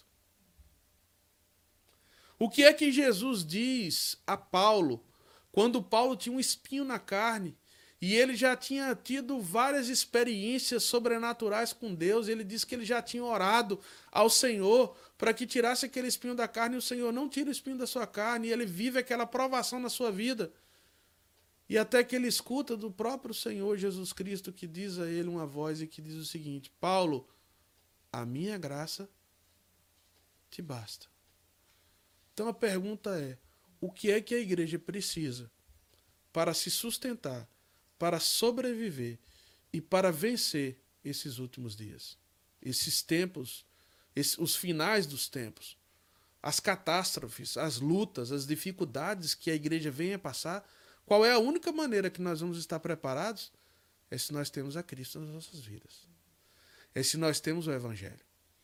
O que é que Jesus diz a Paulo, quando Paulo tinha um espinho na carne, e ele já tinha tido várias experiências sobrenaturais com Deus? Ele diz que ele já tinha orado ao Senhor para que tirasse aquele espinho da carne, e o Senhor não tira o espinho da sua carne, e ele vive aquela provação na sua vida. E até que ele escuta do próprio Senhor Jesus Cristo, que diz a ele uma voz e que diz o seguinte: Paulo, a minha graça te basta. Então a pergunta é: o que é que a igreja precisa para se sustentar, para sobreviver e para vencer esses últimos dias? Esses tempos, os finais dos tempos, as catástrofes, as lutas, as dificuldades que a igreja vem a passar. Qual é a única maneira que nós vamos estar preparados? É se nós temos a Cristo nas nossas vidas. É se nós temos o Evangelho.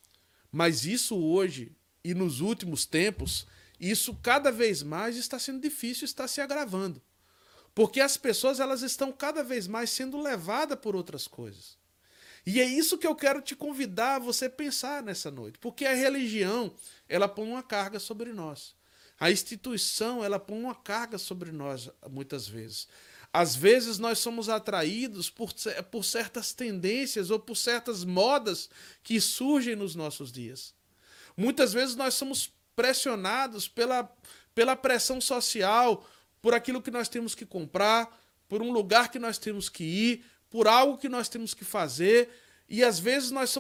Mas isso hoje e nos últimos tempos, isso cada vez mais está sendo difícil, está se agravando. Porque as pessoas elas estão cada vez mais sendo levadas por outras coisas. E é isso que eu quero te convidar a você pensar nessa noite. Porque a religião, ela põe uma carga sobre nós. A instituição, ela põe uma carga sobre nós, muitas vezes. Às vezes nós somos atraídos por certas tendências ou por certas modas que surgem nos nossos dias. Muitas vezes nós somos pressionados pela pressão social, por aquilo que nós temos que comprar, por um lugar que nós temos que ir, por algo que nós temos que fazer. E às vezes nós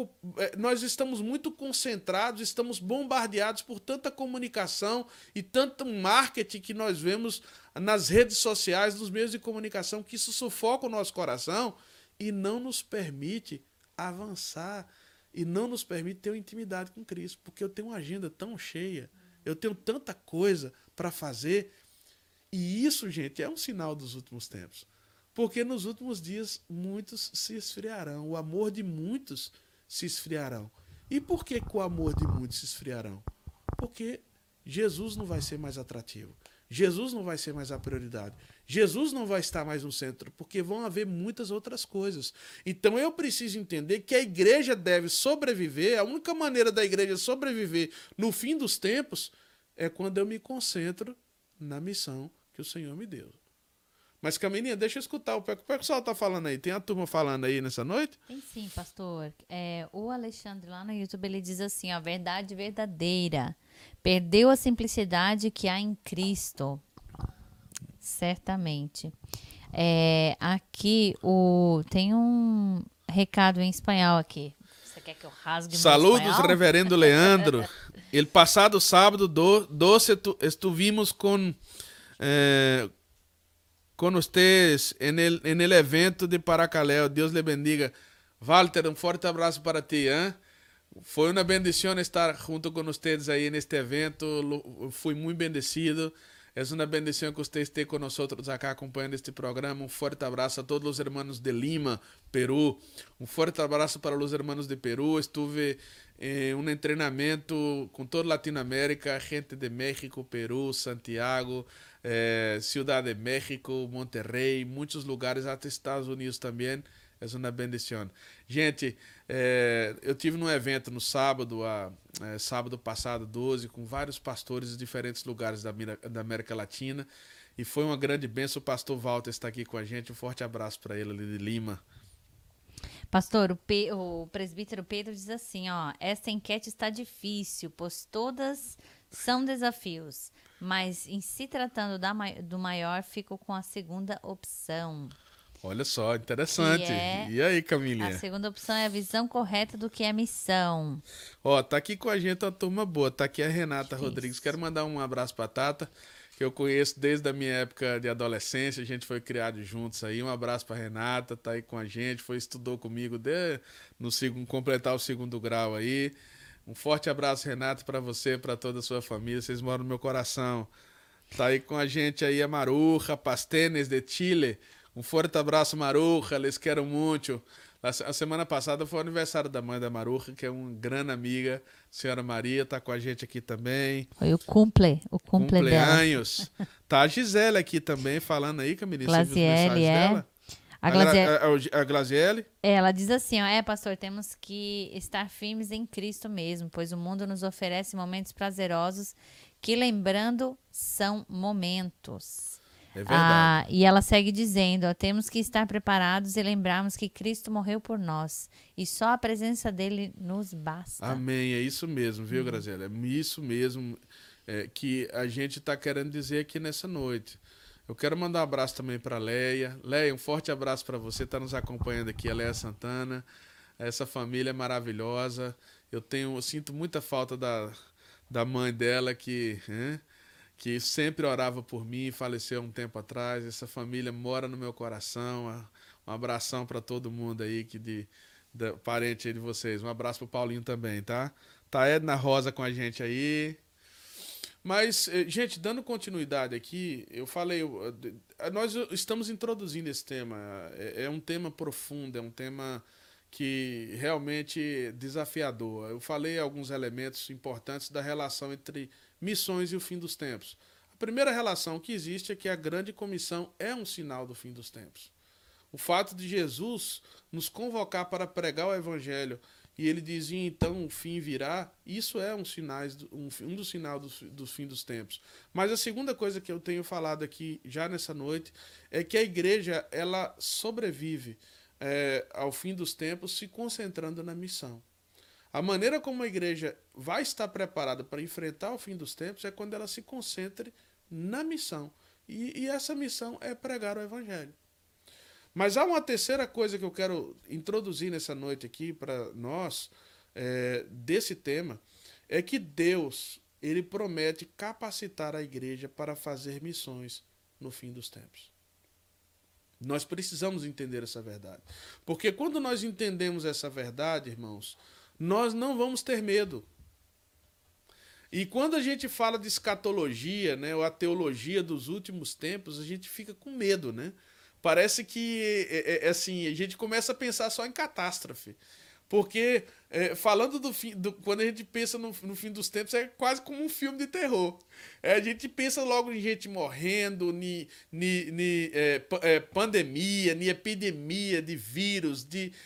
estamos muito concentrados, estamos bombardeados por tanta comunicação e tanto marketing que nós vemos nas redes sociais, nos meios de comunicação, que isso sufoca o nosso coração e não nos permite avançar e não nos permite ter uma intimidade com Cristo, porque eu tenho uma agenda tão cheia, eu tenho tanta coisa para fazer. E isso, gente, é um sinal dos últimos tempos. Porque nos últimos dias muitos se esfriarão. O amor de muitos se esfriarão. E por que o amor de muitos se esfriarão? Porque Jesus não vai ser mais atrativo. Jesus não vai ser mais a prioridade. Jesus não vai estar mais no centro, porque vão haver muitas outras coisas. Então eu preciso entender que a igreja deve sobreviver. A única maneira da igreja sobreviver no fim dos tempos é quando eu me concentro na missão que o Senhor me deu. Mas, Camilinha, deixa eu escutar. O que o pessoal está falando aí? Tem a turma falando aí nessa noite? Tem sim, pastor. O Alexandre lá no YouTube, ele diz assim, a verdade verdadeira. Perdeu a simplicidade que há em Cristo. Certamente. Aqui, tem um recado em espanhol aqui. Você quer que eu rasgue meu Saludos, espanhol? reverendo Leandro. El pasado sábado 12 estuvimos com... con ustedes en el evento de Paracaleo. Dios le bendiga. Walter, un fuerte abrazo para ti, ¿eh? Foi uma bendição estar junto com vocês aí neste evento. Fui muito bendecido. É uma bendição que vocês estejam conosco aqui acompanhando este programa. Um forte abraço a todos os irmãos de Lima, Peru. Um forte abraço para os irmãos de Peru. Estive em um treinamento com toda Latinoamérica, gente de México, Peru, Santiago, Ciudad de México, Monterrey, muitos lugares, até Estados Unidos também. É uma bendição. Gente, eu tive num evento no sábado, sábado passado, 12, com vários pastores de diferentes lugares da América Latina. E foi uma grande bênção. O pastor Walter está aqui com a gente. Um forte abraço para ele ali de Lima. Pastor, o presbítero Pedro diz assim, ó, essa enquete está difícil, pois todas são desafios, mas em se tratando do maior, fico com a segunda opção. Olha só, interessante. E aí, Camilinha? A segunda opção é a visão correta do que é missão. Ó, tá aqui com a gente uma turma boa. Tá aqui a Renata Rodrigues. Quero mandar um abraço pra Tata, que eu conheço desde a minha época de adolescência. A gente foi criado juntos aí. Um abraço pra Renata, tá aí com a gente. Estudou comigo completar o 2º grau aí. Um forte abraço, Renata, pra você, pra toda a sua família. Vocês moram no meu coração. Tá aí com a gente aí a Maruja Pastenes de Chile. Um forte abraço, Maruja, les quero muito. A semana passada foi o aniversário da mãe da Maruja, que é uma grande amiga, senhora Maria, tá com a gente aqui também. Foi o cumpleaños. Tá a Gisele aqui também, falando aí, Camilinha, Glaziele, dela. A Glaziele? Ela diz assim, ó, pastor, temos que estar firmes em Cristo mesmo, pois o mundo nos oferece momentos prazerosos que, lembrando, são momentos. É verdade. E ela segue dizendo, ó, temos que estar preparados e lembrarmos que Cristo morreu por nós e só a presença dele nos basta. Amém, é isso mesmo, viu, Graziela? É isso mesmo que a gente está querendo dizer aqui nessa noite. Eu quero mandar um abraço também para Leia. Leia, um forte abraço para você, está nos acompanhando aqui, a Leia Santana. Essa família é maravilhosa. Eu sinto muita falta da mãe dela que sempre orava por mim, faleceu um tempo atrás. Essa família mora no meu coração. Um abração para todo mundo aí, parente aí de vocês. Um abraço pro Paulinho também, tá? Tá Edna Rosa com a gente aí. Mas, gente, dando continuidade aqui, eu falei, nós estamos introduzindo esse tema. É um tema profundo, é um tema que realmente desafiador. Eu falei alguns elementos importantes da relação entre missões e o fim dos tempos. A primeira relação que existe é que a grande comissão é um sinal do fim dos tempos. O fato de Jesus nos convocar para pregar o evangelho e ele dizia então o fim virá, isso é um dos sinais do fim dos tempos. Mas a segunda coisa que eu tenho falado aqui já nessa noite é que a igreja ela sobrevive ao fim dos tempos se concentrando na missão. A maneira como a igreja vai estar preparada para enfrentar o fim dos tempos é quando ela se concentre na missão. E essa missão é pregar o evangelho. Mas há uma terceira coisa que eu quero introduzir nessa noite aqui para nós, desse tema, é que Deus ele promete capacitar a igreja para fazer missões no fim dos tempos. Nós precisamos entender essa verdade. Porque quando nós entendemos essa verdade, irmãos, nós não vamos ter medo. E quando a gente fala de escatologia, né, ou a teologia dos últimos tempos, a gente fica com medo, né? Parece que assim, a gente começa a pensar só em catástrofe. Porque falando quando a gente pensa no fim dos tempos, é quase como um filme de terror. A gente pensa logo em gente morrendo, pandemia, epidemia de vírus,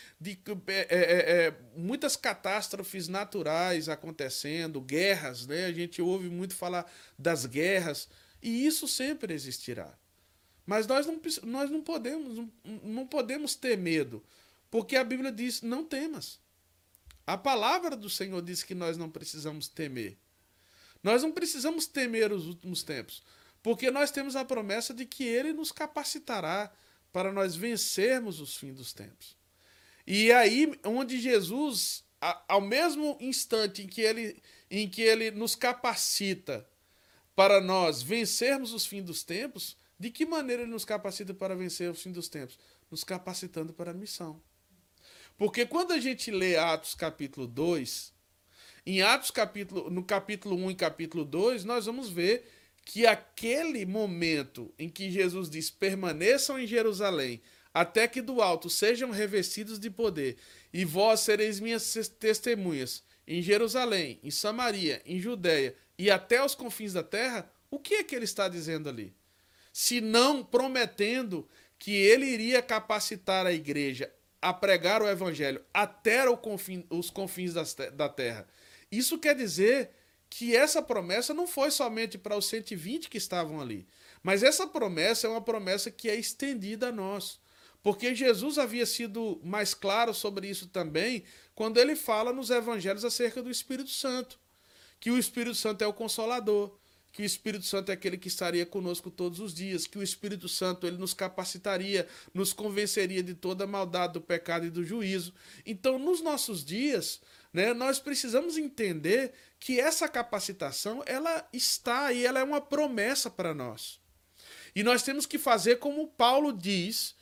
muitas catástrofes naturais acontecendo, guerras, né? A gente ouve muito falar das guerras, e isso sempre existirá. Mas nós não podemos ter medo, porque a Bíblia diz, não temas. A palavra do Senhor diz que nós não precisamos temer. Nós não precisamos temer os últimos tempos, porque nós temos a promessa de que Ele nos capacitará para nós vencermos os fins dos tempos. E aí, onde Jesus, ao mesmo instante em que ele nos capacita para nós vencermos os fins dos tempos, De que maneira ele nos capacita para vencer o fim dos tempos? Nos capacitando para a missão. Porque quando a gente lê Atos capítulo 2, no capítulo 1 e capítulo 2, nós vamos ver que aquele momento em que Jesus diz: permaneçam em Jerusalém, até que do alto sejam revestidos de poder, e vós sereis minhas testemunhas em Jerusalém, em Samaria, em Judéia e até os confins da terra. O que é que ele está dizendo ali? Se não prometendo que ele iria capacitar a igreja a pregar o evangelho até os confins da terra. Isso quer dizer que essa promessa não foi somente para os 120 que estavam ali, mas essa promessa é uma promessa que é estendida a nós. Porque Jesus havia sido mais claro sobre isso também quando ele fala nos evangelhos acerca do Espírito Santo. Que o Espírito Santo é o Consolador, que o Espírito Santo é aquele que estaria conosco todos os dias, que o Espírito Santo ele nos capacitaria, nos convenceria de toda a maldade, do pecado e do juízo. Então, nos nossos dias, né, nós precisamos entender que essa capacitação ela está e ela é uma promessa para nós. E nós temos que fazer como Paulo diz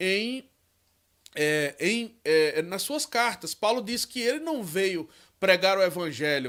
nas suas cartas. Paulo diz que ele não veio pregar o evangelho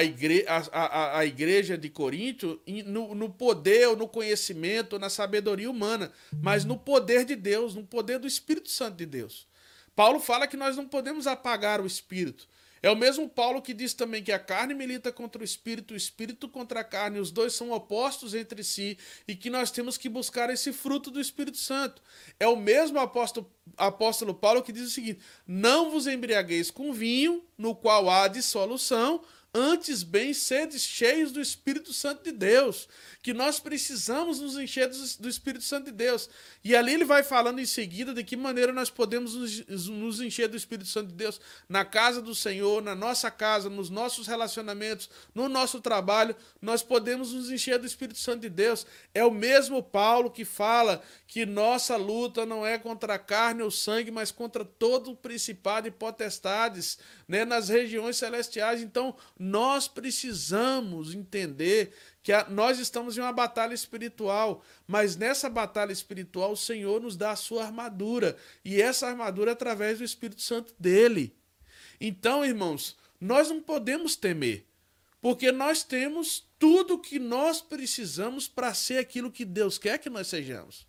à igreja de Corinto no poder, ou no conhecimento, ou na sabedoria humana, mas no poder de Deus, no poder do Espírito Santo de Deus. Paulo fala que nós não podemos apagar o Espírito. É o mesmo Paulo que diz também que a carne milita contra o Espírito contra a carne, os dois são opostos entre si, e que nós temos que buscar esse fruto do Espírito Santo. É o mesmo apóstolo Paulo que diz o seguinte: não vos embriagueis com vinho, no qual há dissolução, antes bem sedes cheios do Espírito Santo de Deus, que nós precisamos nos encher do Espírito Santo de Deus. E ali ele vai falando em seguida de que maneira nós podemos nos encher do Espírito Santo de Deus na casa do Senhor, na nossa casa, nos nossos relacionamentos, no nosso trabalho. Nós podemos nos encher do Espírito Santo de Deus. É o mesmo Paulo que fala que nossa luta não é contra a carne ou sangue, mas contra todo o principado e potestades, né, nas regiões celestiais. Então, nós precisamos entender que nós estamos em uma batalha espiritual, mas nessa batalha espiritual o Senhor nos dá a sua armadura, e essa armadura é através do Espírito Santo dele. Então, irmãos, nós não podemos temer, porque nós temos tudo o que nós precisamos para ser aquilo que Deus quer que nós sejamos.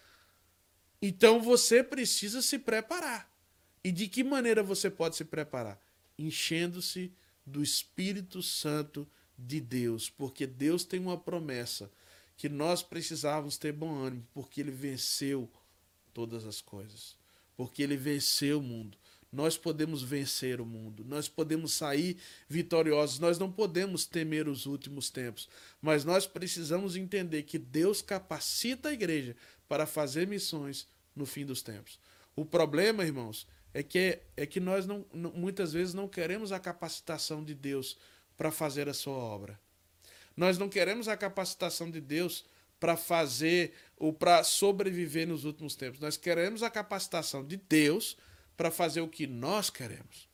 Então você precisa se preparar. E de que maneira você pode se preparar? Enchendo-se do Espírito Santo de Deus, porque Deus tem uma promessa que nós precisávamos ter bom ânimo, porque ele venceu todas as coisas, porque ele venceu o mundo. Nós podemos vencer o mundo, nós podemos sair vitoriosos, nós não podemos temer os últimos tempos, mas nós precisamos entender que Deus capacita a igreja para fazer missões no fim dos tempos. O problema, irmãos, é que nós muitas vezes não queremos a capacitação de Deus para fazer a sua obra. Nós não queremos a capacitação de Deus para fazer ou para sobreviver nos últimos tempos. Nós queremos a capacitação de Deus para fazer o que nós queremos.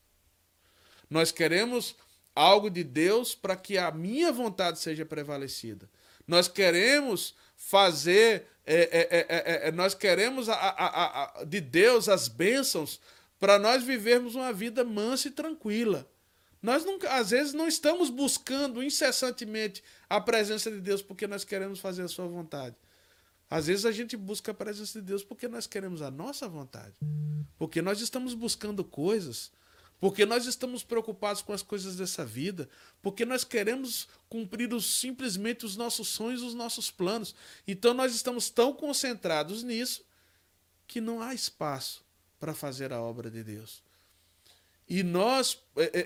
Nós queremos algo de Deus para que a minha vontade seja prevalecida. Nós queremos fazer, nós queremos de Deus as bênçãos para nós vivermos uma vida mansa e tranquila. Nós às vezes não estamos buscando incessantemente a presença de Deus porque nós queremos fazer a sua vontade. Às vezes a gente busca a presença de Deus porque nós queremos a nossa vontade. Porque nós estamos buscando coisas, porque nós estamos preocupados com as coisas dessa vida, porque nós queremos cumprir simplesmente os nossos sonhos, os nossos planos. Então nós estamos tão concentrados nisso que não há espaço para fazer a obra de Deus. E nós,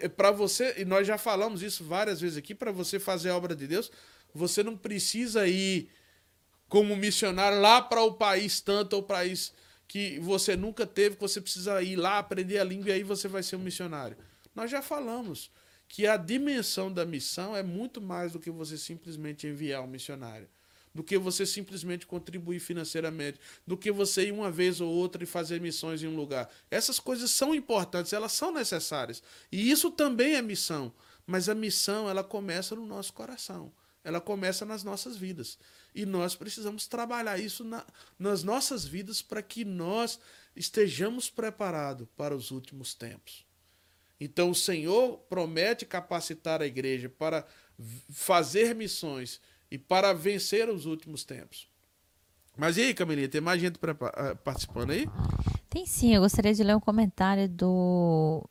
e nós já falamos isso várias vezes aqui, para você fazer a obra de Deus, você não precisa ir como missionário lá para o país tanto, ou país que você nunca teve, que você precisa ir lá, aprender a língua e aí você vai ser um missionário. Nós já falamos que a dimensão da missão é muito mais do que você simplesmente enviar um missionário, do que você simplesmente contribuir financeiramente, do que você ir uma vez ou outra e fazer missões em um lugar. Essas coisas são importantes, elas são necessárias. E isso também é missão. Mas a missão, ela começa no nosso coração. ela começa nas nossas vidas. E nós precisamos trabalhar isso nas nossas vidas para que nós estejamos preparados para os últimos tempos. Então o Senhor promete capacitar a igreja para fazer missões e para vencer os últimos tempos. Mas e aí, Camilinha, tem mais gente participando aí? Tem sim, eu gostaria de ler um comentário do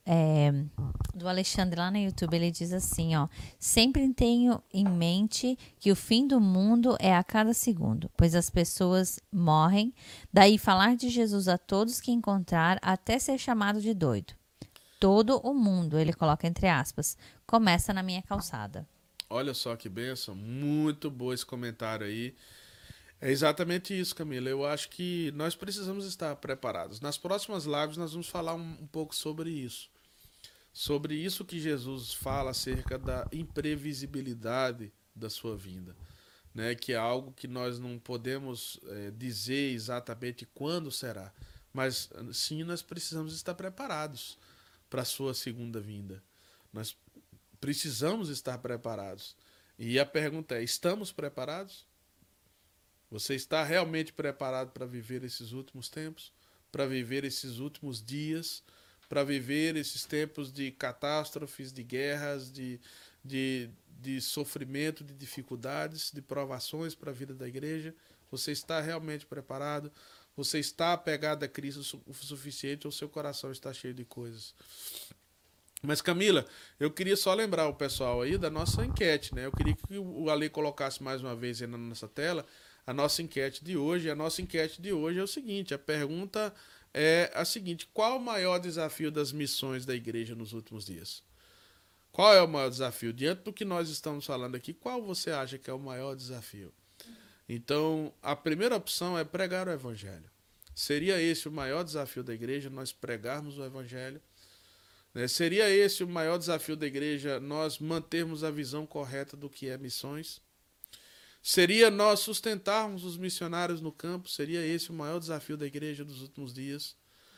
Alexandre lá no YouTube. Ele diz assim, ó: sempre tenho em mente que o fim do mundo é a cada segundo, pois as pessoas morrem, daí falar de Jesus a todos que encontrar até ser chamado de doido. Todo o mundo, ele coloca entre aspas, começa na minha calçada. Olha só que bênção, muito bom esse comentário aí. É exatamente isso, Camila. Eu acho que nós precisamos estar preparados. Nas próximas lives nós vamos falar um pouco sobre isso. Sobre isso que Jesus fala acerca da imprevisibilidade da sua vinda. Né? Que é algo que nós não podemos dizer exatamente quando será. Mas sim, nós precisamos estar preparados para a sua segunda vinda. Nós precisamos estar preparados. E a pergunta é, estamos preparados? Você está realmente preparado para viver esses últimos tempos? Para viver esses últimos dias? Para viver esses tempos de catástrofes, de guerras, de sofrimento, de dificuldades, de provações para a vida da igreja? Você está realmente preparado? Você está apegado a Cristo o suficiente ou seu coração está cheio de coisas? Mas, Camila, eu queria só lembrar o pessoal aí da nossa enquete, né? Eu queria que o Ale colocasse mais uma vez aí na nossa tela a nossa enquete de hoje. A nossa enquete de hoje é o seguinte, a pergunta é a seguinte: qual o maior desafio das missões da igreja nos últimos dias? Qual é o maior desafio? Diante do que nós estamos falando aqui, qual você acha que é o maior desafio? Então, a primeira opção é pregar o evangelho. Seria esse o maior desafio da igreja, nós pregarmos o evangelho? Seria esse o maior desafio da igreja, nós mantermos a visão correta do que é missões? Seria nós sustentarmos os missionários no campo? Seria esse o maior desafio da igreja dos últimos dias?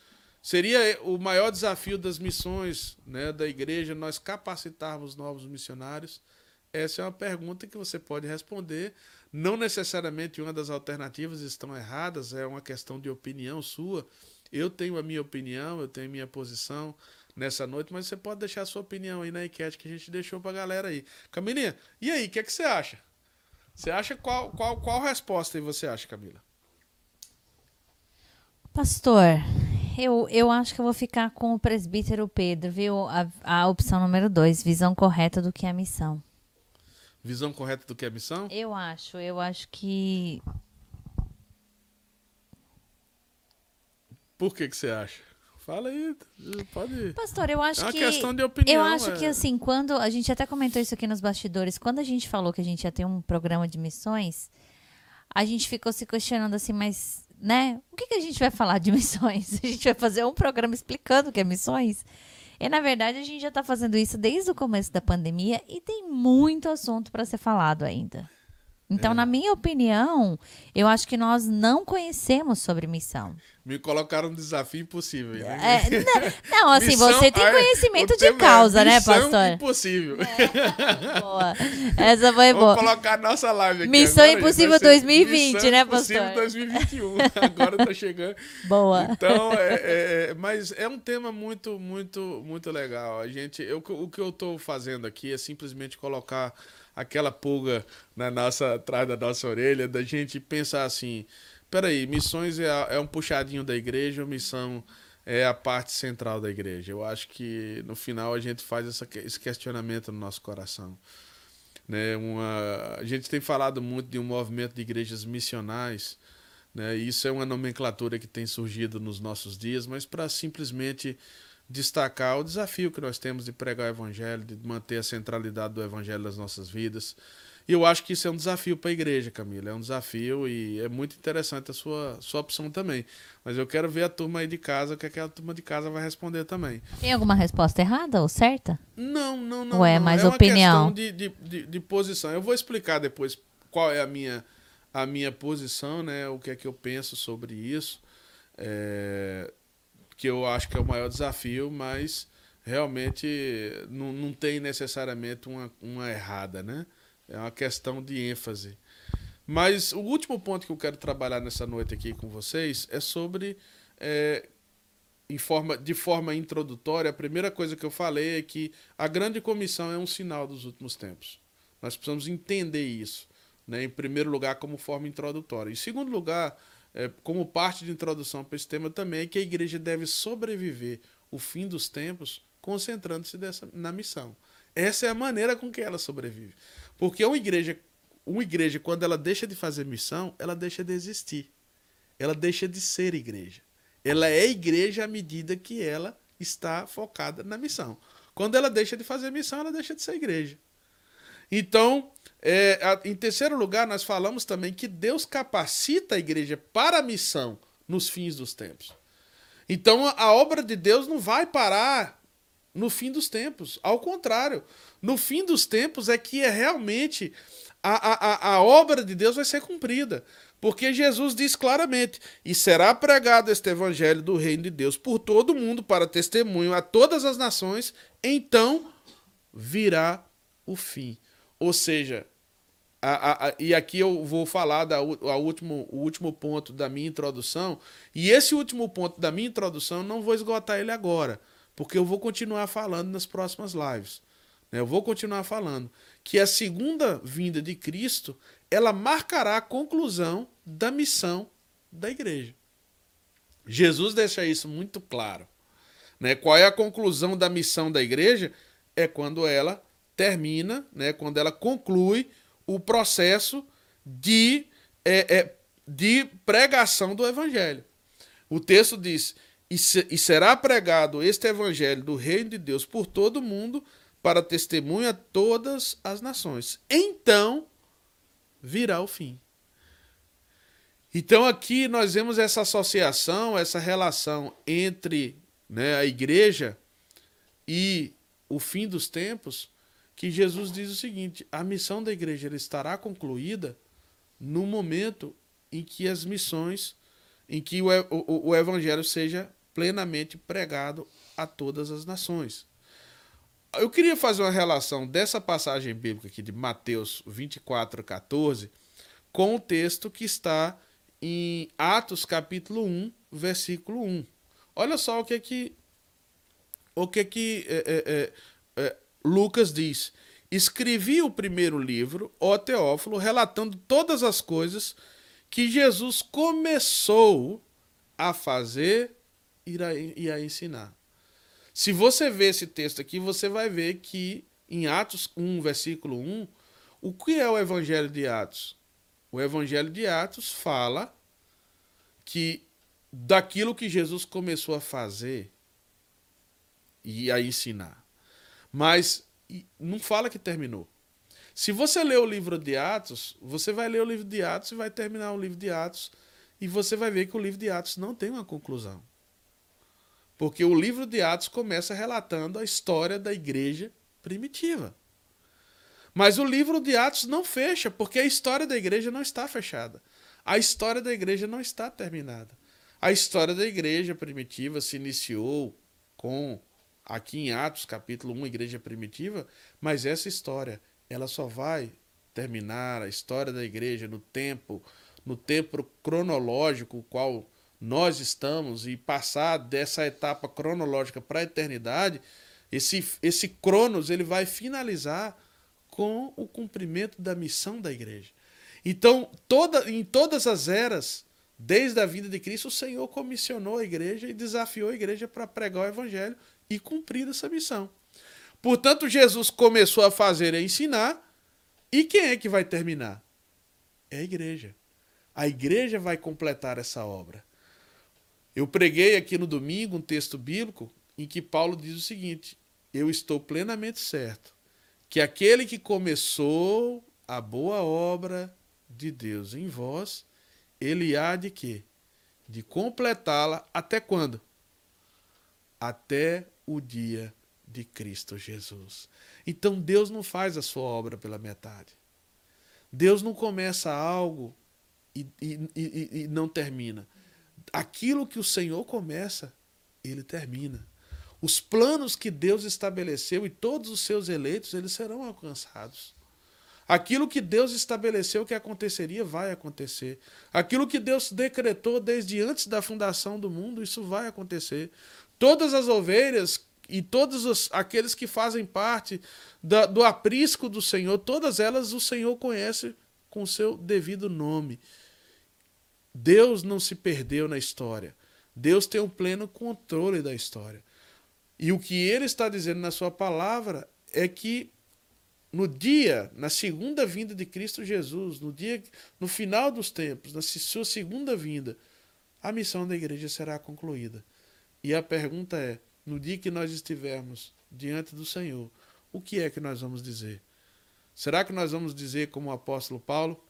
Seria o maior desafio das missões, né, da igreja nós capacitarmos novos missionários? Essa é uma pergunta que você pode responder. Não necessariamente uma das alternativas estão erradas, é uma questão de opinião sua. Eu tenho a minha opinião, eu tenho a minha posição nessa noite, mas você pode deixar a sua opinião aí na enquete que a gente deixou pra galera aí. Camilinha, e aí, o que é que você acha? Você acha qual resposta aí você acha, Camila? Pastor, eu acho que eu vou ficar com o presbítero Pedro, viu? A opção número 2, visão correta do que é a missão. Visão correta do que é a missão? Eu acho que... Por que você acha? Fala aí, pode... Pastor, eu acho que... É uma questão de opinião. Eu acho que, assim, quando... A gente até comentou isso aqui nos bastidores. Quando a gente falou que a gente ia ter um programa de missões, a gente ficou se questionando assim, mas, né? O que a gente vai falar de missões? A gente vai fazer um programa explicando o que é missões? E, na verdade, a gente já está fazendo isso desde o começo da pandemia e tem muito assunto para ser falado ainda. Então, na minha opinião, eu acho que nós não conhecemos sobre missão. Me colocaram um desafio impossível. Né? Não, assim, missão, você tem conhecimento de causa, né, pastor? Missão impossível. Boa. Essa foi boa. Vamos colocar a nossa live aqui. Missão agora, Impossível 2020, Missão né, pastor? Missão Impossível 2021. Agora tá chegando. Boa. Então, mas é um tema muito, muito, muito legal. O que eu tô fazendo aqui é simplesmente colocar aquela pulga atrás da nossa orelha, da gente pensar assim, peraí, missões é um puxadinho da igreja, ou missão é a parte central da igreja? Eu acho que no final a gente faz esse questionamento no nosso coração. Né? A gente tem falado muito de um movimento de igrejas missionais, né? E isso é uma nomenclatura que tem surgido nos nossos dias, mas para simplesmente destacar o desafio que nós temos de pregar o evangelho, de manter a centralidade do evangelho nas nossas vidas. E eu acho que isso é um desafio para a igreja, Camila. É um desafio e é muito interessante a sua opção também. Mas eu quero ver a turma aí de casa, o que aquela turma de casa vai responder também. Tem alguma resposta errada ou certa? Não. Ou é mais opinião? Uma questão de posição. Eu vou explicar depois qual é a minha posição, né? O que é que eu penso sobre isso. Que eu acho que é o maior desafio, mas realmente não tem necessariamente uma errada, né? É uma questão de ênfase. Mas o último ponto que eu quero trabalhar nessa noite aqui com vocês é sobre, de forma introdutória, a primeira coisa que eu falei é que a grande comissão é um sinal dos últimos tempos. Nós precisamos entender isso, né, em primeiro lugar, como forma introdutória. Em segundo lugar, como parte de introdução para esse tema também, é que a igreja deve sobreviver o fim dos tempos concentrando-se na missão. Essa é a maneira com que ela sobrevive. Porque uma igreja, quando ela deixa de fazer missão, ela deixa de existir. Ela deixa de ser igreja. Ela é igreja à medida que ela está focada na missão. Quando ela deixa de fazer missão, ela deixa de ser igreja. Então, em terceiro lugar, nós falamos também que Deus capacita a igreja para a missão nos fins dos tempos. Então, a obra de Deus não vai parar no fim dos tempos. Ao contrário, no fim dos tempos é que realmente a obra de Deus vai ser cumprida. Porque Jesus diz claramente: e será pregado este evangelho do reino de Deus por todo o mundo para testemunho a todas as nações, então virá o fim. Ou seja, e aqui eu vou falar o último ponto da minha introdução, e esse último ponto da minha introdução eu não vou esgotar ele agora, porque eu vou continuar falando nas próximas lives. Eu vou continuar falando que a segunda vinda de Cristo, ela marcará a conclusão da missão da igreja. Jesus deixa isso muito claro. Qual é a conclusão da missão da igreja? É quando ela termina, quando ela conclui o processo de pregação do evangelho. O texto diz: e será pregado este evangelho do reino de Deus por todo o mundo para testemunho a todas as nações. Então virá o fim. Então aqui nós vemos essa associação, essa relação entre a igreja e o fim dos tempos, que Jesus diz o seguinte: a missão da igreja ela estará concluída no momento em que as missões, em que o evangelho seja plenamente pregado a todas as nações. Eu queria fazer uma relação dessa passagem bíblica aqui de Mateus 24:14 com o texto que está em Atos capítulo 1, versículo 1. Olha só o que Lucas diz: escrevi o primeiro livro, ó Teófilo, relatando todas as coisas que Jesus começou a fazer e a ensinar. Se você ver esse texto aqui, você vai ver que em Atos 1, versículo 1, o que é o Evangelho de Atos? O Evangelho de Atos fala que daquilo que Jesus começou a fazer e a ensinar. Mas não fala que terminou. Se você ler o livro de Atos, você vai ler o livro de Atos e vai terminar o livro de Atos e você vai ver que o livro de Atos não tem uma conclusão. Porque o livro de Atos começa relatando a história da igreja primitiva. Mas o livro de Atos não fecha, porque a história da igreja não está fechada. A história da igreja não está terminada. A história da igreja primitiva se iniciou aqui em Atos, capítulo 1, igreja primitiva, mas essa história, ela só vai terminar, a história da igreja no tempo cronológico, qual nós estamos, e passar dessa etapa cronológica para a eternidade, esse cronos ele vai finalizar com o cumprimento da missão da igreja. Então, em todas as eras, desde a vinda de Cristo, o Senhor comissionou a igreja e desafiou a igreja para pregar o evangelho e cumprir essa missão. Portanto, Jesus começou a fazer e ensinar, e quem é que vai terminar? É a igreja. A igreja vai completar essa obra. Eu preguei aqui no domingo um texto bíblico em que Paulo diz o seguinte: eu estou plenamente certo que aquele que começou a boa obra de Deus em vós, ele há de quê? De completá-la até quando? Até o dia de Cristo Jesus. Então Deus não faz a sua obra pela metade. Deus não começa algo e não termina. Aquilo que o Senhor começa, ele termina. Os planos que Deus estabeleceu e todos os seus eleitos, eles serão alcançados. Aquilo que Deus estabeleceu que aconteceria, vai acontecer. Aquilo que Deus decretou desde antes da fundação do mundo, isso vai acontecer. Todas as ovelhas e todos aqueles que fazem parte do aprisco do Senhor, todas elas o Senhor conhece com o seu devido nome. Deus não se perdeu na história. Deus tem um pleno controle da história. E o que ele está dizendo na sua palavra é que na segunda vinda de Cristo Jesus, no final dos tempos, na sua segunda vinda, a missão da igreja será concluída. E a pergunta é, no dia que nós estivermos diante do Senhor, o que é que nós vamos dizer? Será que nós vamos dizer como o apóstolo Paulo,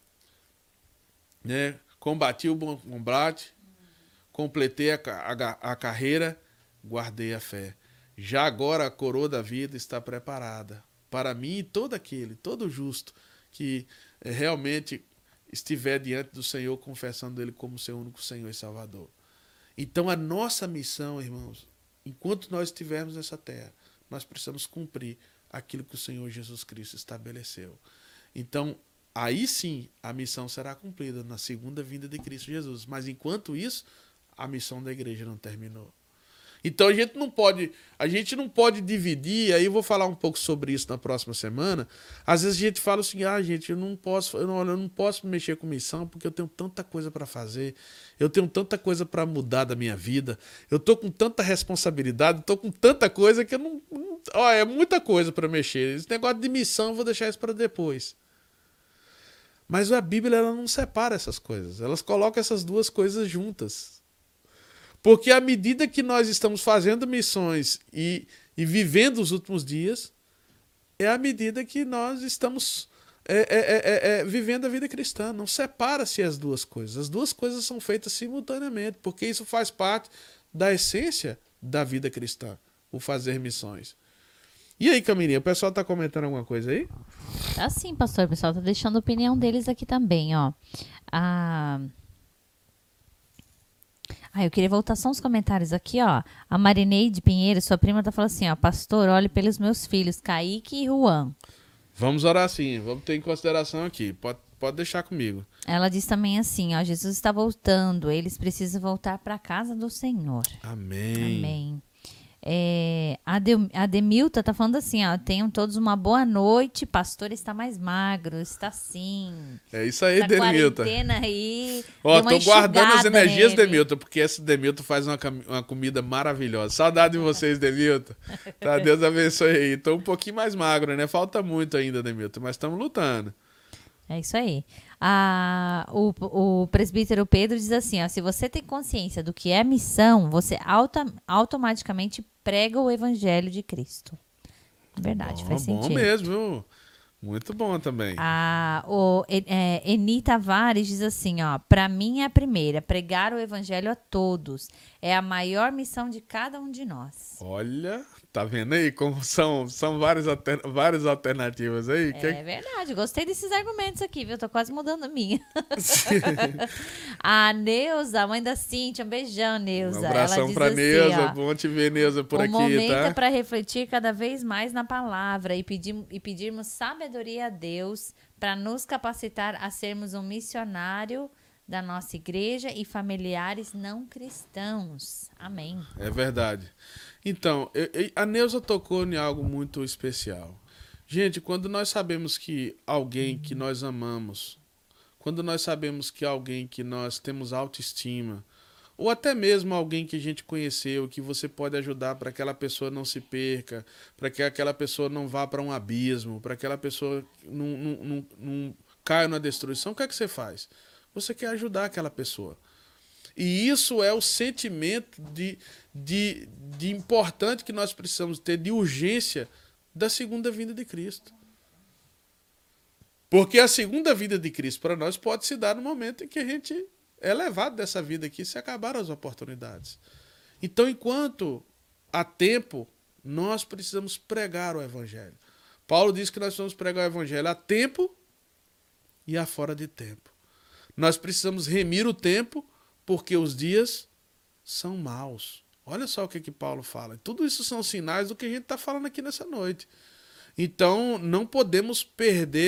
né? Combati o bom combate, completei a carreira, guardei a fé. Já agora a coroa da vida está preparada para mim e todo justo que realmente estiver diante do Senhor, confessando Ele como seu único Senhor e Salvador. Então a nossa missão, irmãos, enquanto nós estivermos nessa terra, nós precisamos cumprir aquilo que o Senhor Jesus Cristo estabeleceu. Então, aí sim, a missão será cumprida na segunda vinda de Cristo Jesus. Mas enquanto isso, a missão da igreja não terminou. Então a gente não pode dividir, aí eu vou falar um pouco sobre isso na próxima semana. Às vezes a gente fala assim, gente, eu não posso mexer com missão porque eu tenho tanta coisa para fazer, eu tenho tanta coisa para mudar da minha vida, eu tô com tanta responsabilidade, tô com tanta coisa que é muita coisa para mexer. Esse negócio de missão eu vou deixar isso para depois. Mas a Bíblia ela não separa essas coisas, elas colocam essas duas coisas juntas. Porque à medida que nós estamos fazendo missões e vivendo os últimos dias, é à medida que nós estamos vivendo a vida cristã. Não separa-se as duas coisas. As duas coisas são feitas simultaneamente, porque isso faz parte da essência da vida cristã, o fazer missões. E aí, Camilinha, o pessoal está comentando alguma coisa aí? Tá sim, pastor. O pessoal está deixando a opinião deles aqui também, ó. Eu queria voltar só uns comentários aqui, ó. A Marineide Pinheiro, sua prima, tá falando assim, ó. Pastor, olhe pelos meus filhos, Kaique e Juan. Vamos orar sim, vamos ter em consideração aqui. Pode deixar comigo. Ela diz também assim, ó. Jesus está voltando, eles precisam voltar para a casa do Senhor. Amém. Amém. A Demilta tá falando assim, ó. Tenham todos uma boa noite. Pastor está mais magro, está sim. É isso aí, Demilta. Quarentena aí. Ó, tô guardando as energias, nele. Demilta, porque esse Demilta faz uma comida maravilhosa. Saudade de vocês, Demilta. Tá, Deus abençoe aí. Tô um pouquinho mais magro, né? Falta muito ainda, Demilta, mas estamos lutando. É isso aí. O presbítero Pedro diz assim, ó, se você tem consciência do que é missão, você automaticamente prega o evangelho de Cristo. Verdade, faz sentido. Bom mesmo, viu? Muito bom também. Eni Tavares diz assim, ó, para mim é a primeira, pregar o evangelho a todos. É a maior missão de cada um de nós. Olha, tá vendo aí como são várias alternativas aí? É verdade, gostei desses argumentos aqui, viu? Tô quase mudando a minha. A Neuza, a mãe da Cíntia, um beijão, Neuza. Um abração ela diz pra assim, Neuza, ó, bom te ver, Neuza, por aqui, tá? O momento é para refletir cada vez mais na palavra e pedirmos sabedoria a Deus para nos capacitar a sermos um missionário da nossa igreja e familiares não cristãos. Amém. É verdade. Então, a Neuza tocou em algo muito especial. Gente, quando nós sabemos que alguém que nós amamos, quando nós sabemos que alguém que nós temos autoestima, ou até mesmo alguém que a gente conheceu, que você pode ajudar para que aquela pessoa não se perca, para que aquela pessoa não vá para um abismo, para que aquela pessoa não caia na destruição, o que é que você faz? Você quer ajudar aquela pessoa. E isso é o sentimento de importante que nós precisamos ter, de urgência da segunda vinda de Cristo. Porque a segunda vinda de Cristo para nós pode se dar no momento em que a gente é levado dessa vida aqui, se acabaram as oportunidades. Então, enquanto há tempo, nós precisamos pregar o Evangelho. Paulo diz que nós precisamos pregar o Evangelho a tempo e a fora de tempo. Nós precisamos remir o tempo, porque os dias são maus. Olha só o que Paulo fala. Tudo isso são sinais do que a gente está falando aqui nessa noite. Então, não podemos perder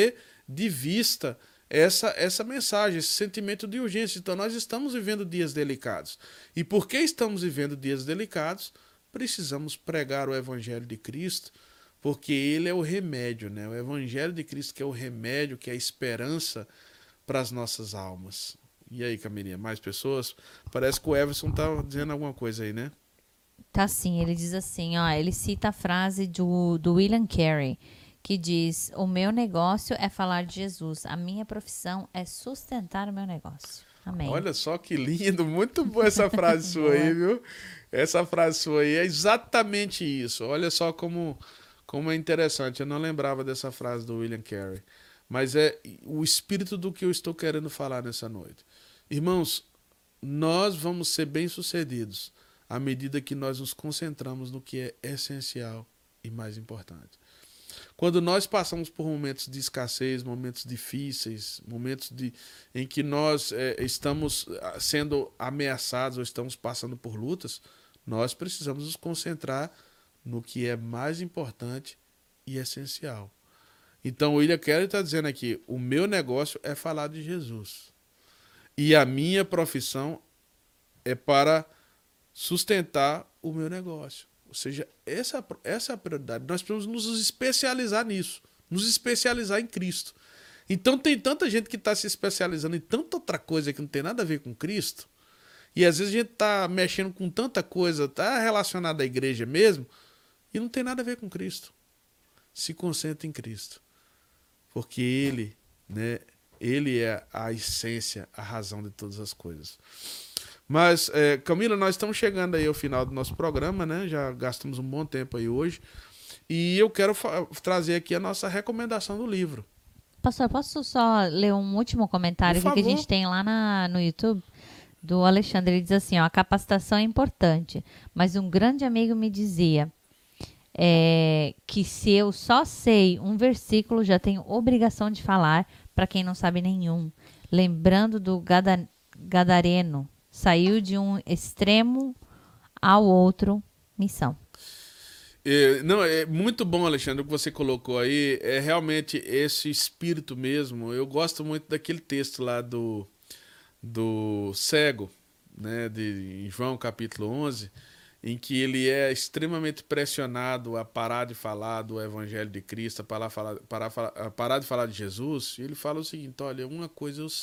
de vista essa mensagem, esse sentimento de urgência. Então nós estamos vivendo dias delicados. E porque estamos vivendo dias delicados, precisamos pregar o Evangelho de Cristo, porque ele é o remédio, né? O Evangelho de Cristo que é o remédio, que é a esperança para as nossas almas. E aí, Camilinha, mais pessoas? Parece que o Everson tá dizendo alguma coisa aí, né? Tá sim, ele diz assim, ó, ele cita a frase do William Carey, que diz: o meu negócio é falar de Jesus, a minha profissão é sustentar o meu negócio. Amém. Olha só que lindo, muito boa essa frase sua aí, viu? Essa frase sua aí é exatamente isso. Olha só como é interessante. Eu não lembrava dessa frase do William Carey. Mas é o espírito do que eu estou querendo falar nessa noite. Irmãos, nós vamos ser bem-sucedidos à medida que nós nos concentramos no que é essencial e mais importante. Quando nós passamos por momentos de escassez, momentos difíceis, em que nós estamos sendo ameaçados ou estamos passando por lutas, nós precisamos nos concentrar no que é mais importante e essencial. Então o William Carey está dizendo aqui, o meu negócio é falar de Jesus. E a minha profissão é para sustentar o meu negócio. Ou seja, essa é a prioridade. Nós precisamos nos especializar nisso, nos especializar em Cristo. Então tem tanta gente que está se especializando em tanta outra coisa que não tem nada a ver com Cristo, e às vezes a gente está mexendo com tanta coisa, está relacionada à igreja mesmo, e não tem nada a ver com Cristo. Se concentre em Cristo, porque Ele, né, Ele é a essência, a razão de todas as coisas. Mas, Camila, nós estamos chegando aí ao final do nosso programa, né? Já gastamos um bom tempo aí hoje. E eu quero trazer aqui a nossa recomendação do livro. Pastor, posso só ler um último comentário que a gente tem lá no YouTube? Do Alexandre. Ele diz assim, ó, a capacitação é importante, mas um grande amigo me dizia que se eu só sei um versículo, já tenho obrigação de falar para quem não sabe nenhum. Lembrando do Gadareno, saiu de um extremo ao outro, missão. É muito bom, Alexandre, o que você colocou aí. É realmente esse espírito mesmo. Eu gosto muito daquele texto lá do cego, né, de João capítulo 11, em que ele é extremamente pressionado a parar de falar do Evangelho de Cristo, a parar de falar de Jesus. E ele fala o seguinte: olha, uma coisa eu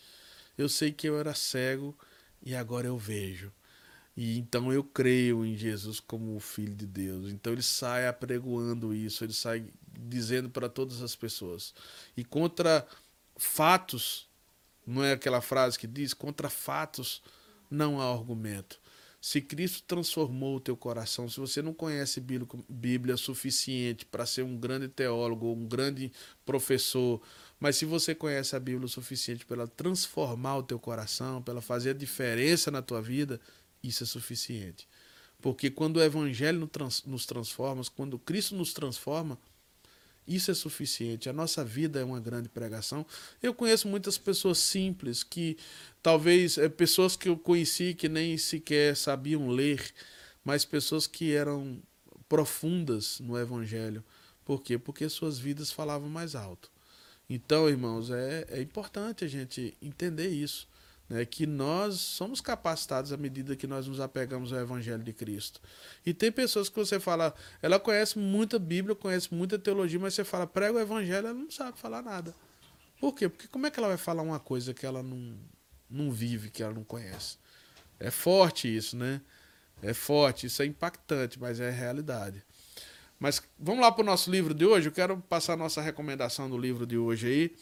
sei que eu era cego e agora eu vejo. E então eu creio em Jesus como o Filho de Deus. Então ele sai apregoando isso, ele sai dizendo para todas as pessoas. E contra fatos, não é aquela frase que diz, contra fatos não há argumento. Se Cristo transformou o teu coração, se você não conhece Bíblia suficiente para ser um grande teólogo ou um grande professor, mas se você conhece a Bíblia o suficiente para ela transformar o teu coração, para ela fazer a diferença na tua vida, isso é suficiente. Porque quando o Evangelho nos transforma, quando Cristo nos transforma, isso é suficiente. A nossa vida é uma grande pregação. Eu conheço muitas pessoas simples, que talvez pessoas que eu conheci que nem sequer sabiam ler, mas pessoas que eram profundas no Evangelho. Por quê? Porque suas vidas falavam mais alto. Então, irmãos, é importante a gente entender isso, né? Que nós somos capacitados à medida que nós nos apegamos ao Evangelho de Cristo. E tem pessoas que você fala, ela conhece muita Bíblia, conhece muita teologia, mas você fala, prega o Evangelho, ela não sabe falar nada. Por quê? Porque como é que ela vai falar uma coisa que ela não vive, que ela não conhece? É forte isso, né? É forte, isso é impactante, mas é realidade. Mas vamos lá para o nosso livro de hoje. Eu quero passar a nossa recomendação do livro de hoje aí.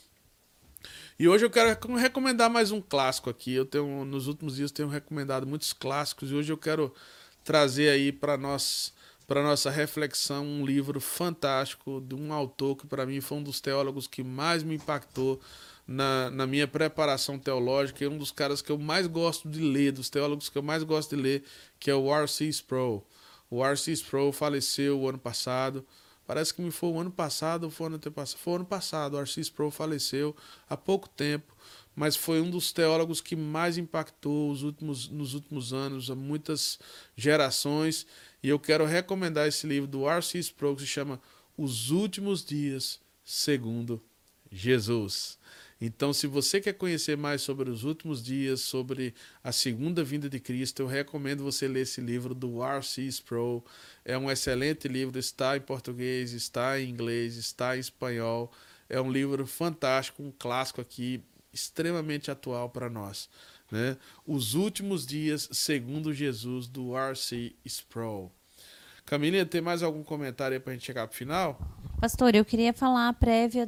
E hoje eu quero recomendar mais um clássico aqui. Nos últimos dias tenho recomendado muitos clássicos e hoje eu quero trazer aí para nossa reflexão um livro fantástico de um autor que para mim foi um dos teólogos que mais me impactou na minha preparação teológica, e um dos caras que eu mais gosto de ler, dos teólogos que eu mais gosto de ler, que é o R.C. Sproul. O R.C. Sproul faleceu o ano passado. Parece que foi o ano passado ou foi o ano antepassado. Foi o ano passado, o R.C. Sproul faleceu há pouco tempo, mas foi um dos teólogos que mais impactou nos últimos anos, a muitas gerações. E eu quero recomendar esse livro do R.C. Sproul, que se chama Os Últimos Dias, segundo Jesus. Então, se você quer conhecer mais sobre os últimos dias, sobre a segunda vinda de Cristo, eu recomendo você ler esse livro do R.C. Sproul. É um excelente livro, está em português, está em inglês, está em espanhol. É um livro fantástico, um clássico aqui, extremamente atual para nós, né? Os últimos dias, segundo Jesus, do R.C. Sproul. Camilinha, tem mais algum comentário aí para a gente chegar para o final? Pastor, eu queria falar a prévia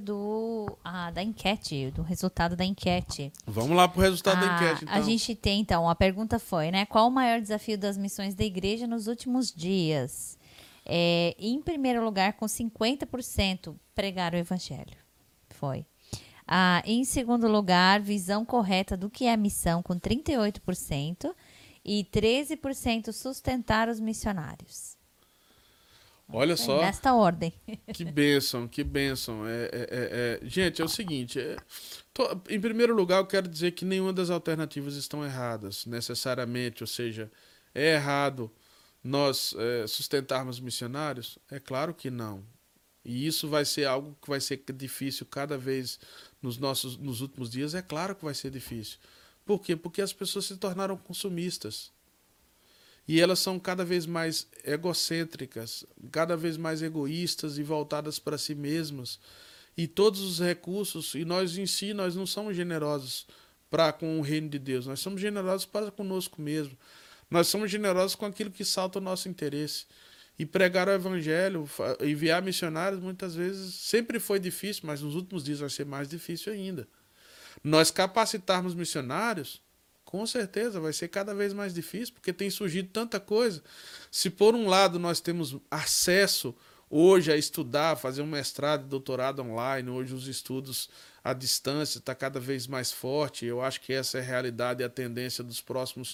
da enquete, do resultado da enquete. Vamos lá para o resultado da enquete, então. A gente tem, então, a pergunta foi, né? Qual o maior desafio das missões da igreja nos últimos dias? Em primeiro lugar, com 50%, pregar o evangelho. Foi. Em segundo lugar, visão correta do que é missão, com 38%. E 13% sustentar os missionários. Olha só. Nesta ordem. Que bênção, que bênção. Gente, é o seguinte. Em primeiro lugar, eu quero dizer que nenhuma das alternativas estão erradas, necessariamente. Ou seja, é errado nós sustentarmos missionários? É claro que não. E isso vai ser algo que vai ser difícil cada vez nos últimos dias. É claro que vai ser difícil. Por quê? Porque as pessoas se tornaram consumistas. E elas são cada vez mais egocêntricas, cada vez mais egoístas e voltadas para si mesmas. E todos os recursos, e nós em si, nós não somos generosos com o reino de Deus, nós somos generosos para conosco mesmo. Nós somos generosos com aquilo que salta o nosso interesse. E pregar o evangelho, enviar missionários, muitas vezes sempre foi difícil, mas nos últimos dias vai ser mais difícil ainda. Nós capacitarmos missionários, com certeza vai ser cada vez mais difícil, porque tem surgido tanta coisa. Se por um lado nós temos acesso hoje a estudar, fazer um mestrado e doutorado online, hoje os estudos à distância está cada vez mais forte. Eu acho que essa é a realidade e a tendência dos próximos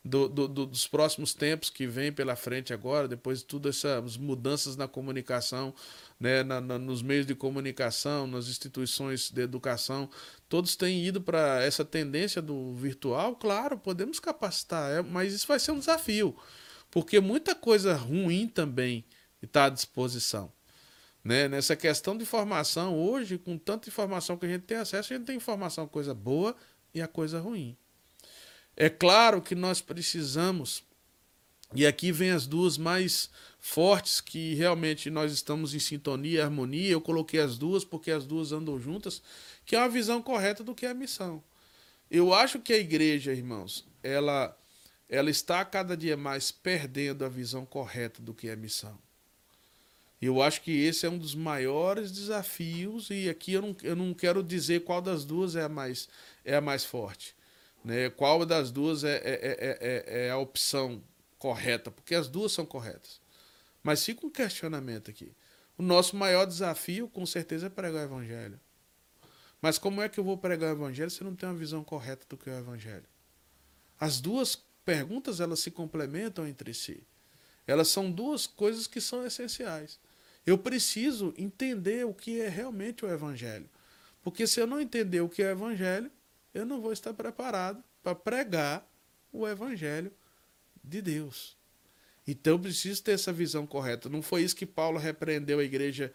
tempos que vem pela frente agora, depois de todas essas mudanças na comunicação, né, nos meios de comunicação, nas instituições de educação, todos têm ido para essa tendência do virtual. Claro, podemos capacitar, mas isso vai ser um desafio, porque muita coisa ruim também está à disposição. Né? Nessa questão de informação, hoje, com tanta informação que a gente tem acesso, a gente tem informação, coisa boa e a coisa ruim. É claro que nós precisamos, e aqui vem as duas mais fortes, que realmente nós estamos em sintonia e harmonia. Eu coloquei as duas porque as duas andam juntas, que é uma visão correta do que é a missão. Eu acho que a igreja, irmãos, ela está cada dia mais perdendo a visão correta do que é a missão. Eu acho que esse é um dos maiores desafios, e aqui eu não quero dizer qual das duas é a mais forte, né? Qual das duas é a opção correta, porque as duas são corretas. Mas fica um questionamento aqui. O nosso maior desafio, com certeza, é pregar o evangelho. Mas como é que eu vou pregar o evangelho se eu não tenho uma visão correta do que é o evangelho? As duas perguntas, elas se complementam entre si. Elas são duas coisas que são essenciais. Eu preciso entender o que é realmente o evangelho. Porque se eu não entender o que é o evangelho, eu não vou estar preparado para pregar o evangelho de Deus. Então eu preciso ter essa visão correta. Não foi isso que Paulo repreendeu a igreja,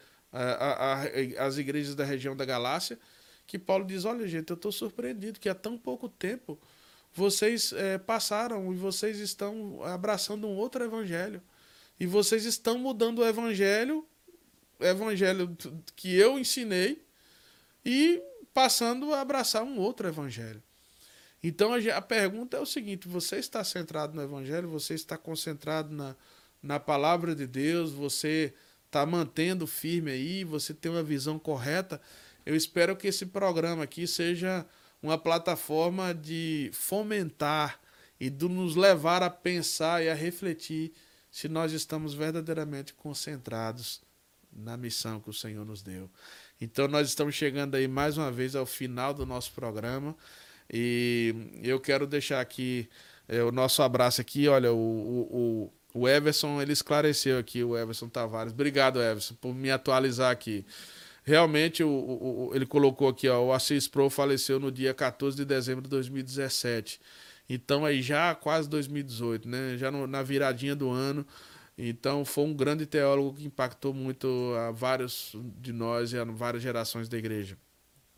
as igrejas da região da Galácia, que Paulo diz: olha, gente, eu estou surpreendido que há tão pouco tempo vocês passaram e vocês estão abraçando um outro evangelho. E vocês estão mudando o evangelho que eu ensinei, e passando a abraçar um outro evangelho. Então a pergunta é o seguinte: você está centrado no evangelho? Você está concentrado na palavra de Deus? Você está mantendo firme aí? Você tem uma visão correta? Eu espero que esse programa aqui seja uma plataforma de fomentar e de nos levar a pensar e a refletir se nós estamos verdadeiramente concentrados na missão que o Senhor nos deu. Então nós estamos chegando aí mais uma vez ao final do nosso programa, e eu quero deixar aqui o nosso abraço aqui. Olha, o Everson, ele esclareceu aqui, o Everson Tavares. Obrigado, Everson, por me atualizar aqui. Realmente, ele colocou aqui, ó, o Assis Pro faleceu no dia 14 de dezembro de 2017. Então aí já quase 2018, né? Já na viradinha do ano. Então foi um grande teólogo que impactou muito a vários de nós e a várias gerações da igreja.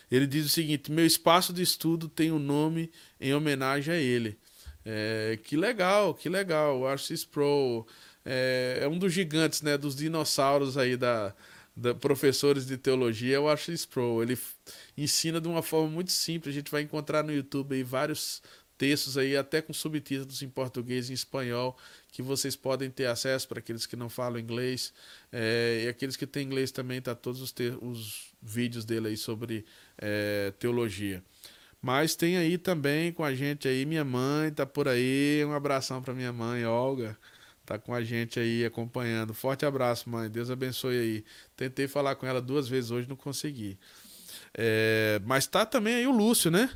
Ele diz o seguinte: meu espaço de estudo tem um nome em homenagem a ele. Que legal, que legal. O R.C. Sproul é um dos gigantes, né, dos dinossauros aí da professores de teologia, é o R.C. Sproul. Ele ensina de uma forma muito simples. A gente vai encontrar no YouTube aí vários textos aí, até com subtítulos em português e em espanhol, que vocês podem ter acesso para aqueles que não falam inglês. E aqueles que têm inglês também, tá todos os vídeos dele aí sobre teologia. Mas tem aí também com a gente aí, minha mãe tá por aí. Um abração para minha mãe, Olga. Tá com a gente aí acompanhando. Forte abraço, mãe. Deus abençoe aí. Tentei falar com ela 2 vezes hoje, não consegui. Mas tá também aí o Lúcio, né?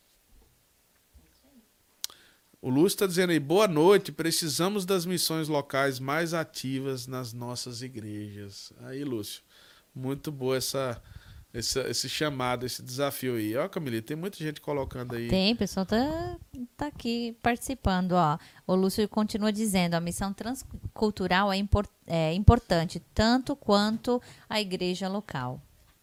O Lúcio está dizendo aí: boa noite, precisamos das missões locais mais ativas nas nossas igrejas. Aí, Lúcio, muito boa esse chamado, esse desafio aí. Ó, Camila, tem muita gente colocando aí. Tem, o pessoal tá aqui participando, ó. O Lúcio continua dizendo: a missão transcultural é importante, tanto quanto a igreja local.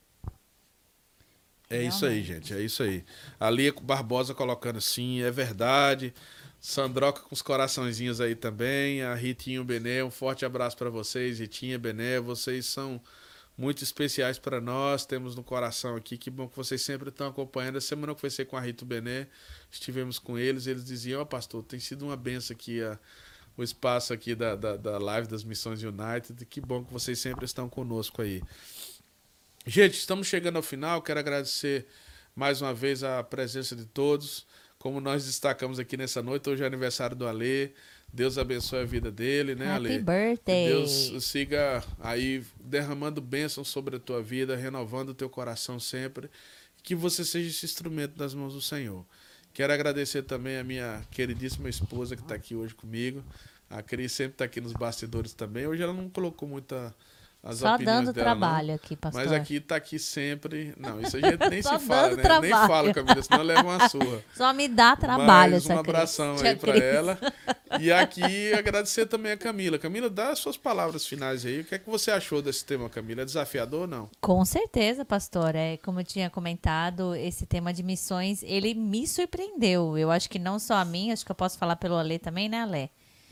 É isso aí, gente, é isso aí. A Lia Barbosa colocando sim, é verdade. Sandroca com os coraçõezinhos aí também. A Ritinha Bené, um forte abraço para vocês. Ritinha Bené, vocês são muito especiais para nós. Temos no coração aqui. Que bom que vocês sempre estão acompanhando. A semana que foi ser com a Rito Bené, estivemos com eles. Eles diziam: ó, pastor, tem sido uma benção aqui o espaço aqui da live das Missões United. Que bom que vocês sempre estão conosco aí. Gente, estamos chegando ao final. Quero agradecer mais uma vez a presença de todos. Como nós destacamos aqui nessa noite, hoje é aniversário do Alê. Deus abençoe a vida dele, né, Alê? Happy birthday! Que Deus siga aí derramando bênçãos sobre a tua vida, renovando o teu coração sempre. Que você seja esse instrumento das mãos do Senhor. Quero agradecer também a minha queridíssima esposa que está aqui hoje comigo. A Cris sempre está aqui nos bastidores também. Hoje ela não colocou muita... Só dando dela, trabalho não. aqui, pastor. Mas aqui tá aqui sempre. Não, isso a gente nem Só se fala, né? trabalho. Nem fala, Camila, senão leva uma surra. Só me dá trabalho, Mas um abração aí pra ela. E aqui agradecer também a Camila. Camila, dá as suas palavras finais aí. O que é que você achou desse tema, Camila? É desafiador ou não? Com certeza, pastor. Como eu tinha comentado, esse tema de missões, ele me surpreendeu. Eu acho que não só a mim, acho que eu posso falar pelo Alê também, né, Alê?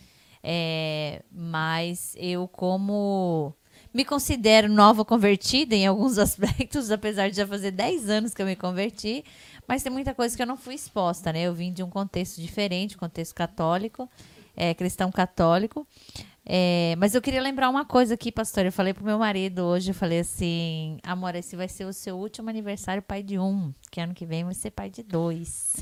Mas eu, como me considero nova convertida em alguns aspectos, apesar de já fazer 10 anos que eu me converti, mas tem muita coisa que eu não fui exposta, né? Eu vim de um contexto diferente, contexto católico, cristão católico. Mas eu queria lembrar uma coisa aqui, pastor. Eu falei pro meu marido hoje, eu falei assim: amor, esse vai ser o seu último aniversário, pai de 1, que ano que vem vai ser pai de 2.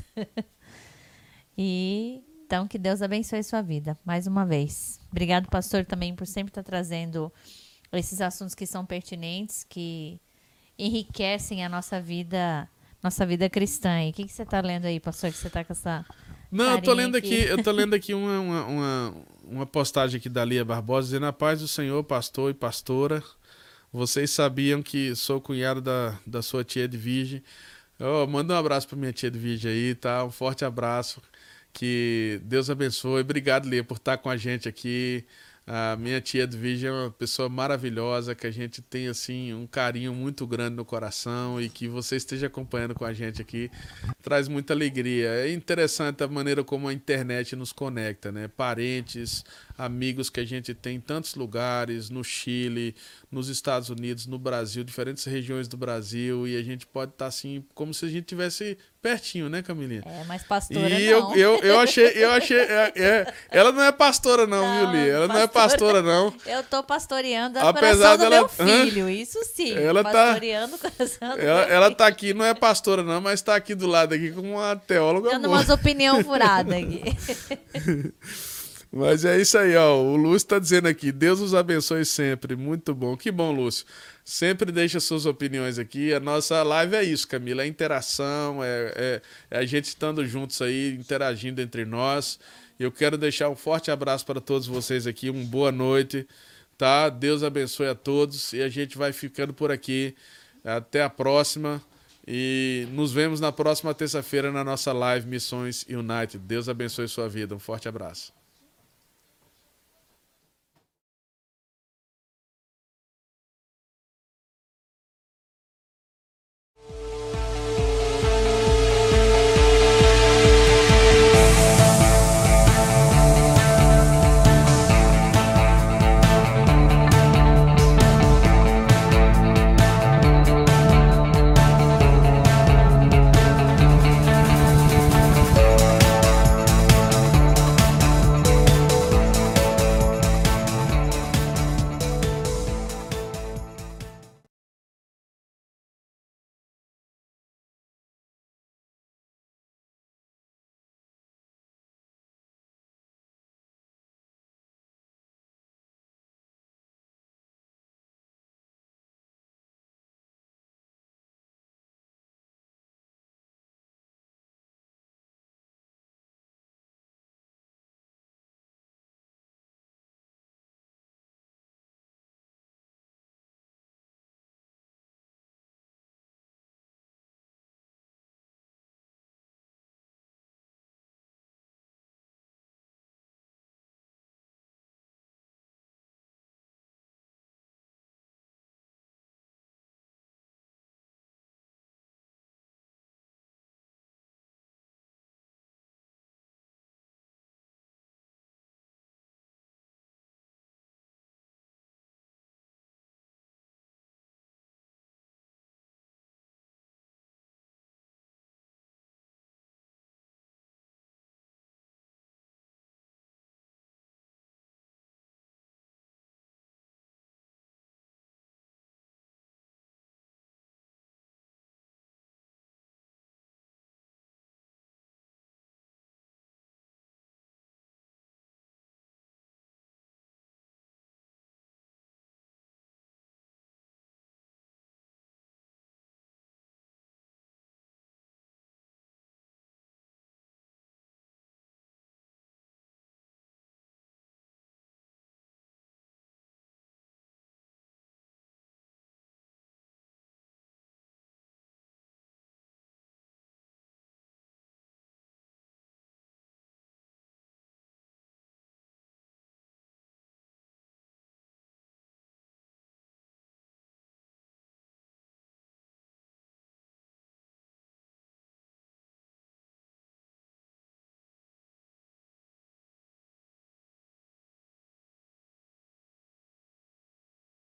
Então, que Deus abençoe a sua vida, mais uma vez. Obrigado, pastor, também por sempre estar trazendo esses assuntos que são pertinentes, que enriquecem a nossa vida cristã. E o que você está lendo aí, pastor, que você está com essa... Não, eu tô lendo aqui uma postagem aqui da Lia Barbosa, dizendo: a paz do Senhor, pastor e pastora. Vocês sabiam que sou cunhado da sua tia Edvige. Manda um abraço pra minha tia Edvige aí, tá? Um forte abraço. Que Deus abençoe. Obrigado, Lia, por estar com a gente aqui. A minha tia Edvige é uma pessoa maravilhosa, que a gente tem assim um carinho muito grande no coração, e que você esteja acompanhando com a gente aqui traz muita alegria. É interessante a maneira como a internet nos conecta, né? Parentes, amigos que a gente tem em tantos lugares, no Chile, nos Estados Unidos, no Brasil, diferentes regiões do Brasil, e a gente pode estar assim como se a gente tivesse pertinho, né, Camilinha? Mas pastora e não. eu achei ela não é pastora não, viu, Lia? Ela não é pastora não. Eu tô pastoreando o Apesar coração do meu filho, isso sim. Ela pastoreando o coração do meu ela filho. tá aqui, não é pastora não, mas tá aqui do lado aqui com uma teóloga dando boa. umas opinião furada aqui. Mas é isso aí, ó. O Lúcio tá dizendo aqui: Deus os abençoe sempre. Muito bom. Que bom, Lúcio. Sempre deixa suas opiniões aqui. A nossa live é isso, Camila. É interação, é a gente estando juntos aí, interagindo entre nós. Eu quero deixar um forte abraço para todos vocês aqui. Uma boa noite, tá? Deus abençoe a todos. E a gente vai ficando por aqui. Até a próxima. E nos vemos na próxima terça-feira na nossa live Missões United. Deus abençoe sua vida. Um forte abraço.